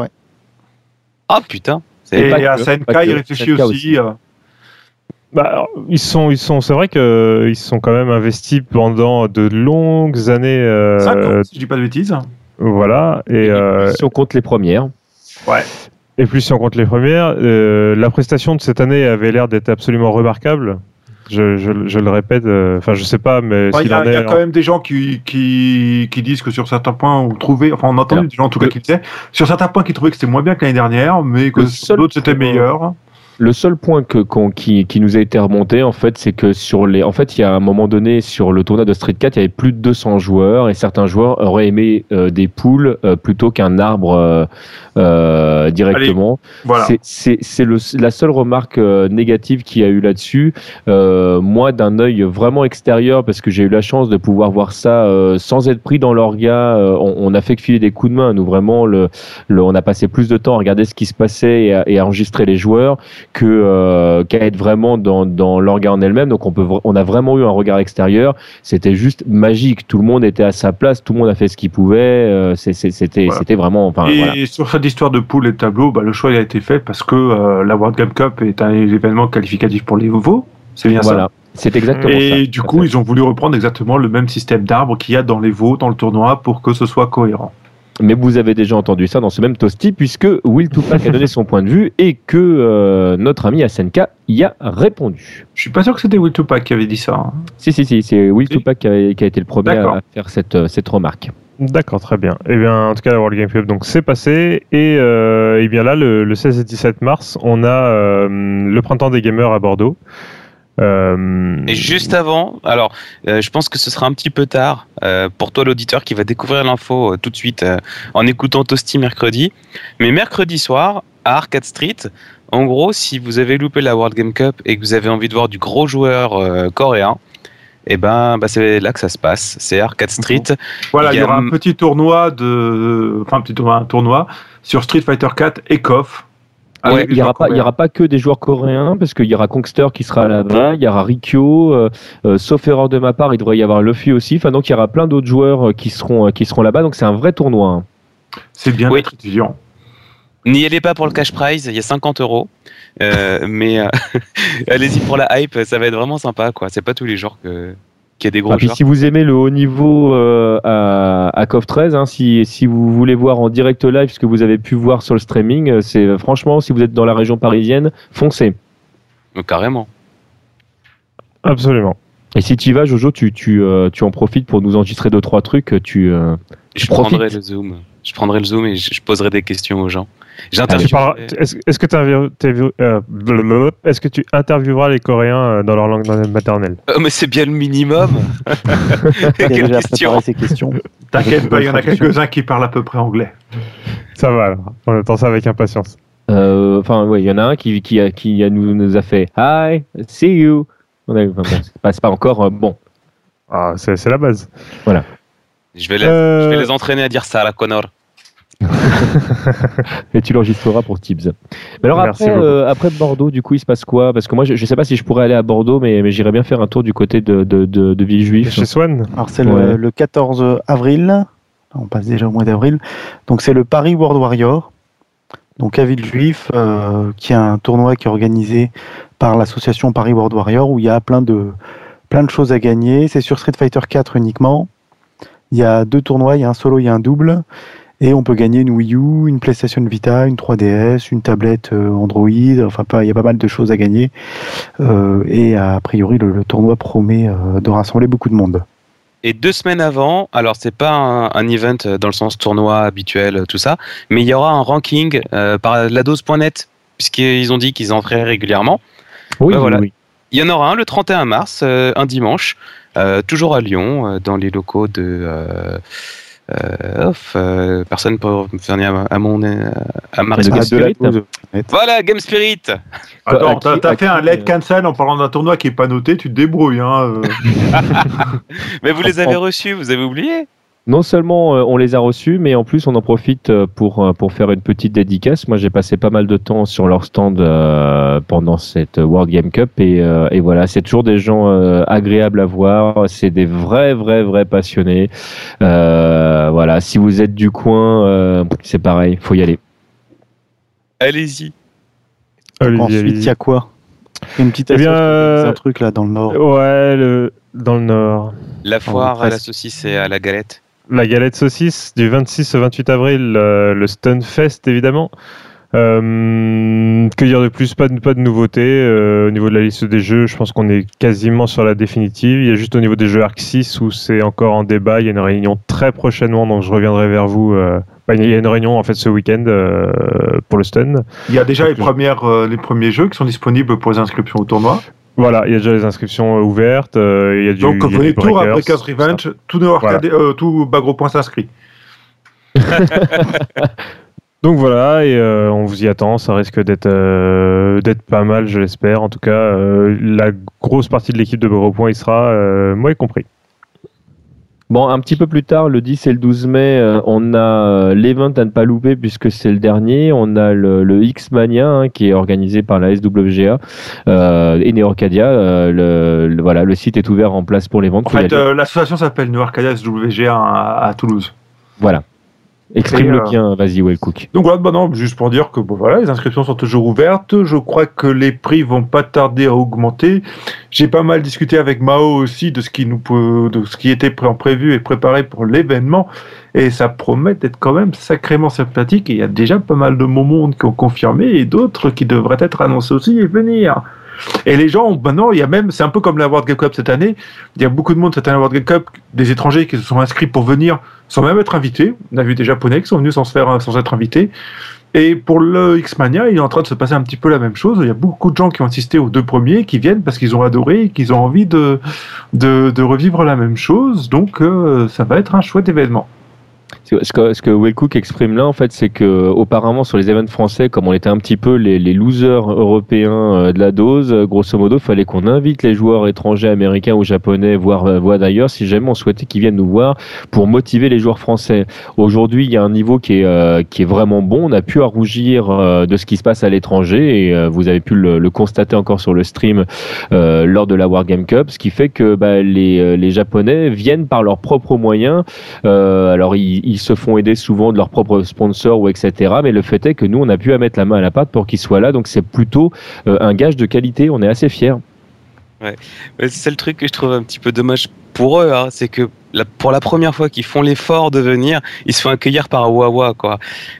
Ah putain. Et à SNK, il réfléchit aussi. Alors, c'est vrai qu'ils se sont quand même investis pendant de longues années. 5 ans, si je dis pas de bêtises. Voilà. Et si on compte les premières. Ouais. Et plus si on compte les premières, la prestation de cette année avait l'air d'être absolument remarquable. Je le répète, je sais pas, mais il y a quand même des gens qui disent que sur certains points on trouvait, on a entendu des gens en tout cas qui disaient sur certains points qui trouvaient que c'était moins bien que l'année dernière, mais que sur d'autres c'était meilleur. Le seul point qui nous a été remonté, en fait, c'est que il y a un moment donné sur le tournoi de Street 4, il y avait plus de 200 joueurs et certains joueurs auraient aimé des poules plutôt qu'un arbre directement. Allez, voilà. C'est la seule remarque négative qu'il y a eu là-dessus. Moi, d'un œil vraiment extérieur, parce que j'ai eu la chance de pouvoir voir ça sans être pris dans l'orga, on a fait que filer des coups de main. Nous, vraiment, on a passé plus de temps à regarder ce qui se passait et à enregistrer les joueurs qu'à être vraiment dans l'orga en elle-même. Donc on a vraiment eu un regard extérieur. C'était juste magique. Tout le monde était à sa place, tout le monde a fait ce qu'il pouvait. C'était vraiment. Et sur cette histoire de poule et de tableau, le choix a été fait parce que la World Game Cup est un événement qualificatif pour les nouveaux. C'est bien ça. C'est exactement ça. Et du coup, ils ont voulu reprendre exactement le même système d'arbres qu'il y a dans les veaux, dans le tournoi, pour que ce soit cohérent. Mais vous avez déjà entendu ça dans ce même Toasty, puisque Will2Pack a donné son point de vue et que notre ami Asenka y a répondu. Je suis pas sûr que c'était Will2Pack qui avait dit ça. Hein. Si, c'est Will2Pack qui a été le premier à faire cette remarque. D'accord, très bien. Et bien, en tout cas, la World Game Cup, donc c'est passé. Et bien là, le 16 et 17 mars, on a le Printemps des Gamers à Bordeaux. Et juste avant, alors je pense que ce sera un petit peu tard pour toi l'auditeur qui va découvrir l'info tout de suite en écoutant Toasty mercredi. Mais mercredi soir à Arcade Street, en gros, si vous avez loupé la World Game Cup et que vous avez envie de voir du gros joueur coréen, et c'est là que ça se passe. C'est Arcade Street. Voilà, il y aura un petit tournoi un tournoi sur Street Fighter 4 et KOF. Ouais, il y aura pas que des joueurs coréens parce qu'il y aura Kongster qui sera là-bas, il y aura Rikyo, sauf erreur de ma part, il devrait y avoir Luffy aussi. Enfin donc il y aura plein d'autres joueurs qui seront là-bas. Donc c'est un vrai tournoi. Hein. C'est bien d'être étudiant. N'y allez pas pour le cash prize, il y a 50 €. Mais allez-y pour la hype, ça va être vraiment sympa, quoi. C'est pas tous les jours qu'il y a des gros joueurs. Puis si vous aimez le haut niveau à KOF 13, hein, si vous voulez voir en direct live ce que vous avez pu voir sur le streaming, c'est franchement, si vous êtes dans la région parisienne, foncez. Carrément. Absolument. Et si tu y vas, Jojo, tu en profites pour nous enregistrer 2-3 trucs. Je prendrai le Zoom et je poserai des questions aux gens. Est-ce que tu intervieweras les Coréens dans leur langue maternelle? Mais c'est bien le minimum. Quelle question. Ces questions. T'inquiète pas, il y en a quelques-uns qui parlent à peu près anglais. Ça va, alors. On attend ça avec impatience. Il y en a un qui nous a fait Hi, see you. C'est pas encore bon. Ah, c'est la base. Voilà. Je vais les entraîner à dire ça à la Connor. Et tu l'enregistreras pour Tibbs. Mais alors après Bordeaux, du coup, il se passe quoi? Parce que moi, je sais pas si je pourrais aller à Bordeaux, mais j'irais bien faire un tour du côté de Villejuif. Chez Swan. Alors c'est le 14 avril. On passe déjà au mois d'avril. Donc c'est le Paris World Warrior. Donc à Villejuif, qui est un tournoi qui est organisé par l'association Paris World Warrior, où il y a plein de choses à gagner. C'est sur Street Fighter 4 uniquement. Il y a 2 tournois, il y a un solo, il y a un double. Et on peut gagner une Wii U, une PlayStation Vita, une 3DS, une tablette Android. Enfin, il y a pas mal de choses à gagner. Et a priori, le tournoi promet de rassembler beaucoup de monde. Et 2 semaines avant, alors c'est pas un event dans le sens tournoi habituel, tout ça, mais il y aura un ranking par ladose.net, puisqu'ils ont dit qu'ils en feraient régulièrement. Oui. Il y en aura un le 31 mars, un dimanche, toujours à Lyon, dans les locaux de... personne pour me faire venir à ma Game Spirit. Voilà, Game Spirit. Attends, t'as fait un late cancel en parlant d'un tournoi qui est pas noté, tu te débrouilles. Hein. Mais vous les avez reçus, vous avez oublié? Non seulement on les a reçus, mais en plus on en profite pour faire une petite dédicace. Moi j'ai passé pas mal de temps sur leur stand pendant cette World Game Cup et voilà, c'est toujours des gens agréables à voir, c'est des vrais passionnés. Voilà, si vous êtes du coin, c'est pareil, faut y aller. Allez-y. Ensuite il y a quoi? Une petite c'est un truc là dans le nord. Ouais, dans le nord. La foire à la saucisse et à la galette. La galette saucisse du 26 au 28 avril, le Stunfest évidemment. Que dire de plus? Pas de nouveautés au niveau de la liste des jeux. Je pense qu'on est quasiment sur la définitive. Il y a juste au niveau des jeux Arc 6 où c'est encore en débat. Il y a une réunion très prochainement, donc je reviendrai vers vous il y a une réunion en fait ce week-end pour le stun. Il y a déjà les premiers jeux qui sont disponibles pour les inscriptions au tournoi. Voilà, il y a déjà les inscriptions ouvertes. Donc venez tout à Breakers Revenge, tout Bagro Point s'inscrit. Donc voilà, et on vous y attend, ça risque d'être pas mal, je l'espère. En tout cas, la grosse partie de l'équipe de Bagro Point y sera, moi y compris. Bon, un petit peu plus tard, le 10 et le 12 mai, on a l'event à ne pas louper puisque c'est le dernier. On a le X-Mania qui est organisé par la SWGA et Neo Arcadia. Voilà, le site est ouvert en place pour les ventes. En fait, l'association s'appelle Neo Arcadia SWGA à Toulouse. Voilà. Exprime-le bien, vas-y, Wellcook. Donc voilà, non, juste pour dire que voilà, les inscriptions sont toujours ouvertes. Je crois que les prix vont pas tarder à augmenter. J'ai pas mal discuté avec Mao aussi de ce qui était prévu et préparé pour l'événement, et ça promet d'être quand même sacrément sympathique. Et il y a déjà pas mal de monde qui ont confirmé et d'autres qui devraient être annoncés aussi et venir. Et les gens, maintenant, c'est un peu comme la World Game Cup cette année. Il y a beaucoup de monde cette année à la World Game Cup, des étrangers qui se sont inscrits pour venir sans même être invités. On a vu des Japonais qui sont venus sans être invités. Et pour le X-Mania, il est en train de se passer un petit peu la même chose. Il y a beaucoup de gens qui ont assisté aux 2 premiers, qui viennent parce qu'ils ont adoré et qu'ils ont envie de revivre la même chose. Donc, ça va être un chouette événement. Ce que Wellcook exprime là, en fait, c'est que auparavant sur les événements français, comme on était un petit peu les losers européens de la dose, grosso modo, il fallait qu'on invite les joueurs étrangers, américains ou japonais, voire d'ailleurs, si jamais on souhaitait qu'ils viennent nous voir pour motiver les joueurs français. Aujourd'hui, il y a un niveau qui est vraiment bon. On a pu rougir de ce qui se passe à l'étranger et vous avez pu le constater encore sur le stream lors de la World Game Cup, ce qui fait que les Japonais viennent par leurs propres moyens. Alors ils se font aider souvent de leurs propres sponsors ou etc. Mais le fait est que nous, on a pu mettre la main à la pâte pour qu'ils soient là. Donc c'est plutôt un gage de qualité. On est assez fiers. Ouais. C'est le truc que je trouve un petit peu dommage pour eux, hein, c'est que pour la première fois qu'ils font l'effort de venir, ils se font accueillir par Wawa, quoi.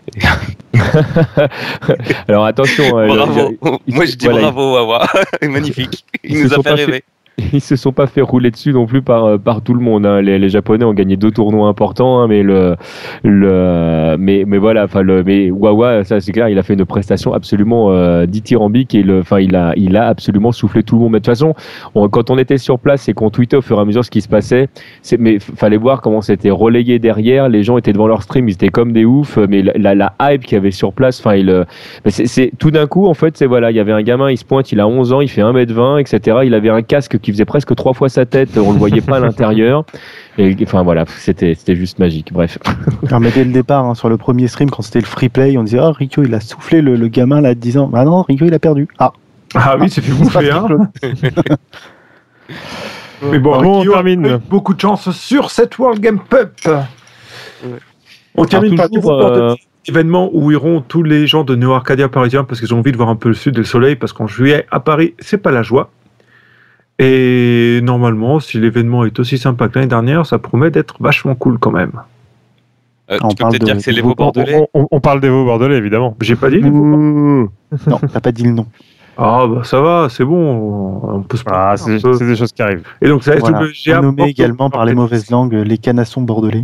Alors attention. Bravo. Moi je dis bravo Wawa. Magnifique. Il nous a fait rêver. Ils se sont pas fait rouler dessus non plus par tout le monde. Hein. Les Japonais ont gagné 2 tournois importants, hein, mais mais voilà. Mais Wawa, ça c'est clair, il a fait une prestation absolument dithyrambique et il a absolument soufflé tout le monde. Mais de toute façon, quand on était sur place et qu'on tweetait au fur et à mesure ce qui se passait, mais fallait voir comment c'était relayé derrière. Les gens étaient devant leur stream, ils étaient comme des oufs. Mais la hype qu'il y avait sur place, c'est tout d'un coup en fait, c'est voilà, il y avait un gamin, il se pointe, il a 11 ans, il fait 1m20, etc. Il avait un casque qui faisait presque 3 fois sa tête, on le voyait pas à l'intérieur. Et enfin voilà, c'était juste magique. Bref. Mais dès le départ, sur le premier stream, quand c'était le free play, on disait Rikyo il a soufflé le gamin là de 10 ans. Ah non, Rikyo il a perdu. Ah oui, c'est fait bouffer, hein. Mais bon, Rikyo a eu beaucoup de chance sur cette World Game Cup. On termine par événement où iront tous les gens de Neo Arcadia parisiens parce qu'ils ont envie de voir un peu le sud et le soleil, parce qu'en juillet à Paris c'est pas la joie. Et normalement, si l'événement est aussi sympa que l'année dernière, ça promet d'être vachement cool quand même. Tu peux peut-être dire que c'est les Veaux bordelais. On parle des Veaux bordelais, évidemment. J'ai pas dit les Veaux. Non, t'as pas dit le nom. Ah bah ça va, c'est bon. On peut se c'est des choses qui arrivent. Et donc ça voilà. Nommé également par les mauvaises langues les canassons bordelais.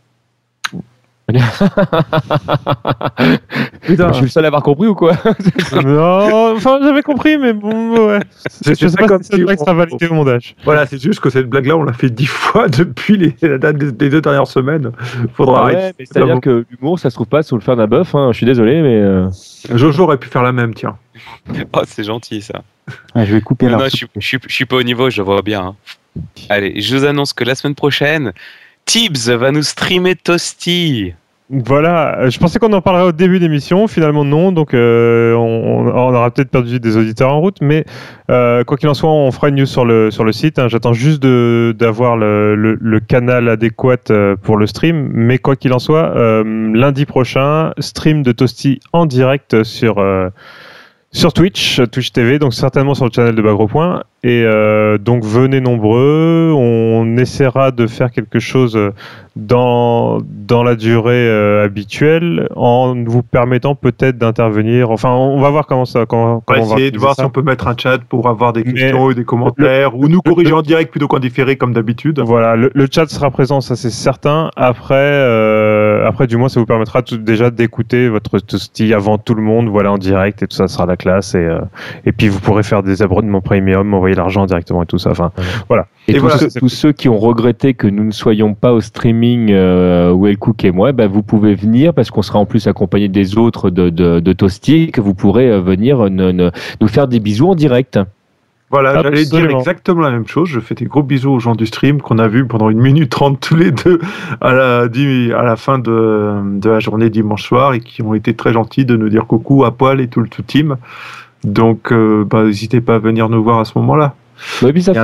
Putain, je suis le seul à avoir compris ou quoi? Non, enfin j'avais compris, mais bon, ouais. Je sais pas si cette blague sera validée au montage. Voilà, c'est juste que cette blague-là, on l'a fait 10 fois depuis la date des 2 dernières semaines. Faudra arrêter. C'est-à-dire que l'humour, ça se trouve pas sous le fer d'un bœuf. Hein. Je suis désolé, mais Jojo aurait pu faire la même, tiens. Oh, c'est gentil ça. Ouais, je vais couper là. Non, je suis pas au niveau, je vois bien. Hein. Allez, je vous annonce que la semaine prochaine, Tibbs va nous streamer Toasty. Voilà, je pensais qu'on en parlerait au début d'émission, finalement non, donc on aura peut-être perdu des auditeurs en route, mais quoi qu'il en soit, on fera une news sur le site. Hein. J'attends juste d'avoir le canal adéquat pour le stream, mais quoi qu'il en soit, lundi prochain, stream de Toasty en direct sur Twitch TV, donc certainement sur le channel de Bagro Point. Et donc venez nombreux, on essaiera de faire quelque chose dans la durée habituelle en vous permettant peut-être d'intervenir. Enfin, on va voir comment on va essayer de voir si on peut mettre un chat pour avoir des questions et des commentaires ou nous corriger en direct plutôt qu'en différé comme d'habitude. Voilà, le chat sera présent, ça c'est certain. Après après, du moins, ça vous permettra déjà d'écouter votre toasty avant tout le monde, voilà, en direct, et tout ça sera la classe. Et puis, vous pourrez faire des abonnements premium, envoyer l'argent directement et tout ça. Enfin, voilà. Et tous ceux qui ont regretté que nous ne soyons pas au streaming, Wellcook et moi, vous pouvez venir parce qu'on sera en plus accompagné des autres de toasty, que vous pourrez venir nous faire des bisous en direct. Voilà, j'allais dire exactement la même chose. Je fais des gros bisous aux gens du stream qu'on a vus pendant 1 minute 30 tous les deux à la fin de la journée dimanche soir et qui ont été très gentils de nous dire coucou à Poil et tout le team. Donc, n'hésitez pas à venir nous voir à ce moment-là. Et puis ça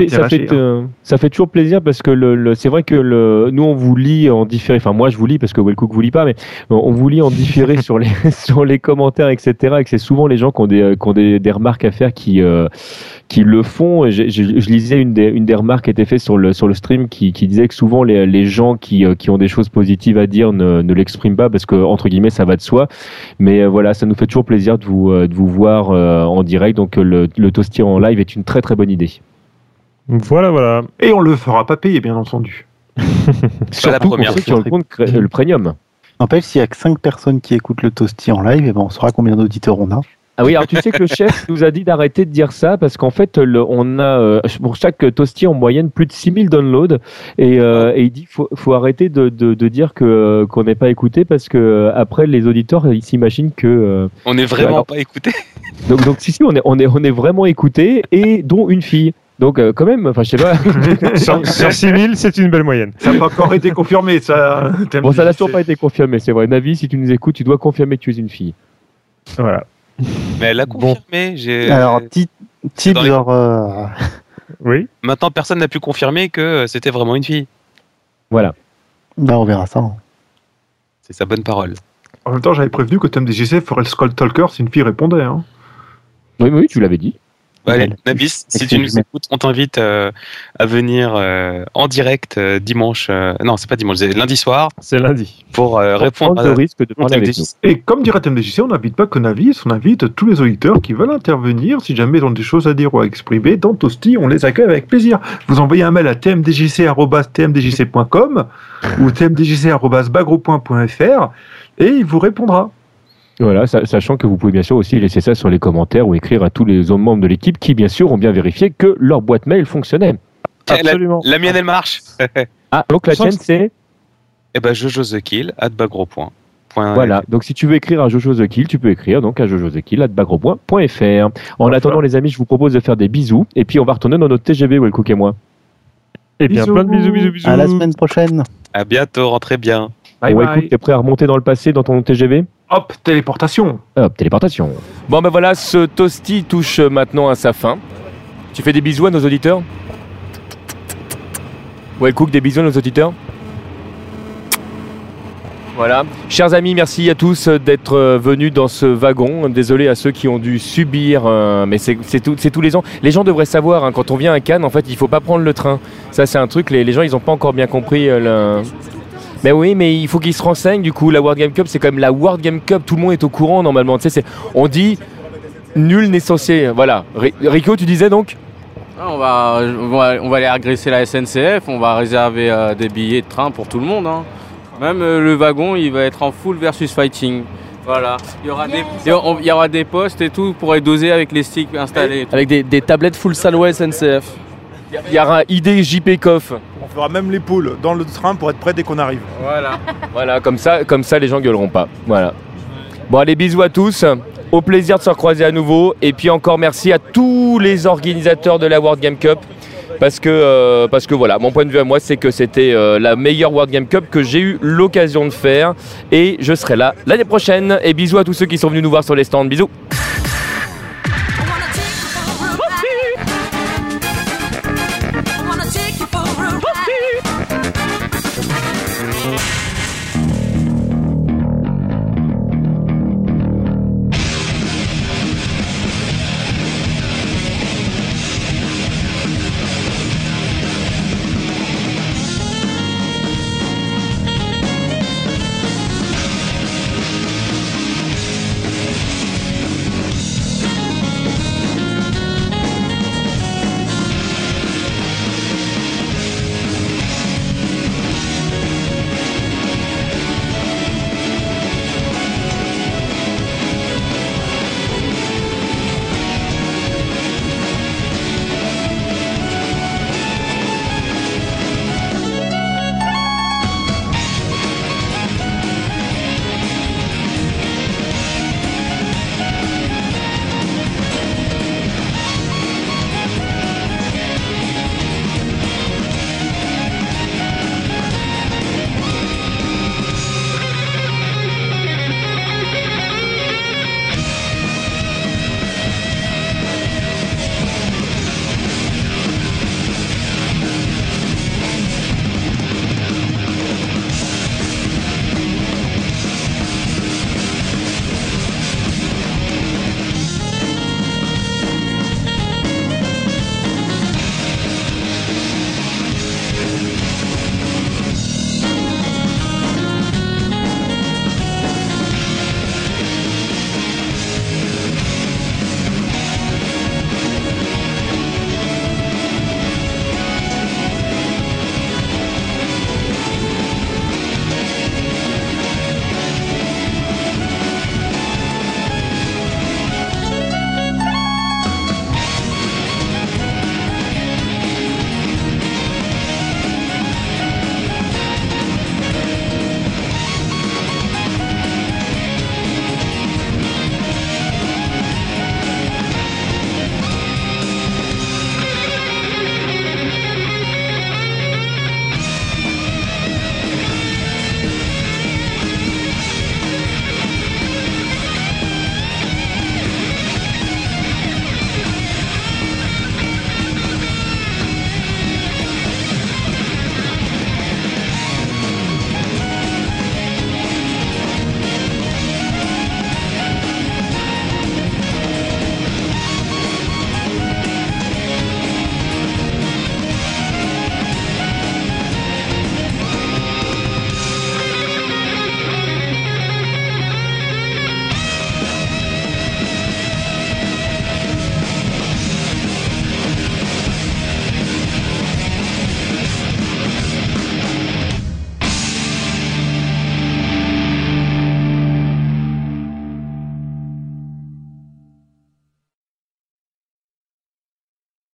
fait toujours plaisir parce que c'est vrai que nous on vous lit en différé, enfin moi je vous lis parce que Wellcook vous lit pas, mais on vous lit en différé sur les commentaires, etc. et que c'est souvent les gens qui ont des remarques à faire qui le font. Et je lisais une des remarques qui était faite sur le stream qui disait que souvent les gens qui ont des choses positives à dire ne l'expriment pas parce que entre guillemets ça va de soi, mais voilà, ça nous fait toujours plaisir de vous voir en direct, donc le toasty en live est une très très bonne idée. Voilà. Et on le fera pas payer, bien entendu. C'est la première fois qui ont le compte le premium. N'empêche, s'il y a que 5 personnes qui écoutent le toasty en live, on saura combien d'auditeurs on a. Ah oui, alors tu sais que le chef nous a dit d'arrêter de dire ça parce qu'en fait, on a pour chaque toasty en moyenne plus de 6000 downloads et il dit faut arrêter de dire qu'on n'est pas écouté parce que après les auditeurs ils s'imaginent que on n'est vraiment pas écouté. Donc si on est vraiment écouté et dont une fille. Donc quand même, enfin je sais pas. Sur 6000, c'est une belle moyenne. Ça n'a pas encore été confirmé, ça. Bon, ça n'a toujours pas été confirmé, c'est vrai. Navi, si tu nous écoutes, tu dois confirmer que tu es une fille. Voilà. Mais elle l'a confirmé. Alors, type genre... Oui. Maintenant, personne n'a pu confirmer que c'était vraiment une fille. Voilà. On verra ça. C'est sa bonne parole. En même temps, j'avais prévenu que TMDJC ferait le Skull Talker si une fille répondait. Hein. Oui, tu l'avais dit. Allez, Nabis, si tu nous écoutes, on t'invite à venir en direct dimanche. Non, c'est pas dimanche, c'est lundi soir. C'est lundi. Pour répondre au risque de parler avec nous. Et comme dirait TMDJC, on n'invite pas que Navis, on invite tous les auditeurs qui veulent intervenir. Si jamais ils ont des choses à dire ou à exprimer dans Toasty, on les accueille avec plaisir. Vous envoyez un mail à tmdjc@tmdjc.com ou tmdjc@bagro.fr et il vous répondra. Voilà, sachant que vous pouvez bien sûr aussi laisser ça sur les commentaires ou écrire à tous les autres membres de l'équipe qui, bien sûr, ont bien vérifié que leur boîte mail fonctionnait. Absolument. La mienne, elle marche. Donc la tienne, c'est jojothekill@bagro.fr. Voilà, donc si tu veux écrire à Jojo The Kill, tu peux écrire donc à jojothekill@bagro.fr. En attendant, les amis, je vous propose de faire des bisous et puis on va retourner dans notre TGV, Wellcook et moi. Et bien, plein de bisous. À la semaine prochaine. À bientôt, rentrez bien. Wellcook, t'es prêt à remonter dans le passé dans ton TGV ? Hop, téléportation. Bon ben voilà, ce toasty touche maintenant à sa fin. Tu fais des bisous à nos auditeurs ? Wellcook, des bisous à nos auditeurs ? Voilà. Chers amis, merci à tous d'être venus dans ce wagon. Désolé à ceux qui ont dû subir, mais c'est tous les ans. Les gens devraient savoir, quand on vient à Cannes, en fait, il ne faut pas prendre le train. Ça, c'est un truc, les gens, ils n'ont pas encore bien compris Mais oui, mais il faut qu'ils se renseignent. Du coup, la World Game Cup, c'est quand même la World Game Cup. Tout le monde est au courant normalement. Tu sais, on dit nul n'est censé. Voilà. Rico, tu disais donc ? On va aller agresser la SNCF. On va réserver des billets de train pour tout le monde. Hein. Même le wagon, il va être en full versus fighting. Voilà. Il y aura des postes et tout pour être dosé avec les sticks installés. Avec des tablettes full Salway SNCF. Il y aura ID JP Coff. On fera même les poules dans le train pour être prêt dès qu'on arrive. Voilà, comme ça les gens gueuleront pas. Voilà. Bon, allez, bisous à tous. Au plaisir de se recroiser à nouveau. Et puis encore merci à tous les organisateurs de la World Game Cup. Parce que voilà, mon point de vue à moi, c'est que c'était la meilleure World Game Cup que j'ai eu l'occasion de faire. Et je serai là l'année prochaine. Et bisous à tous ceux qui sont venus nous voir sur les stands. Bisous.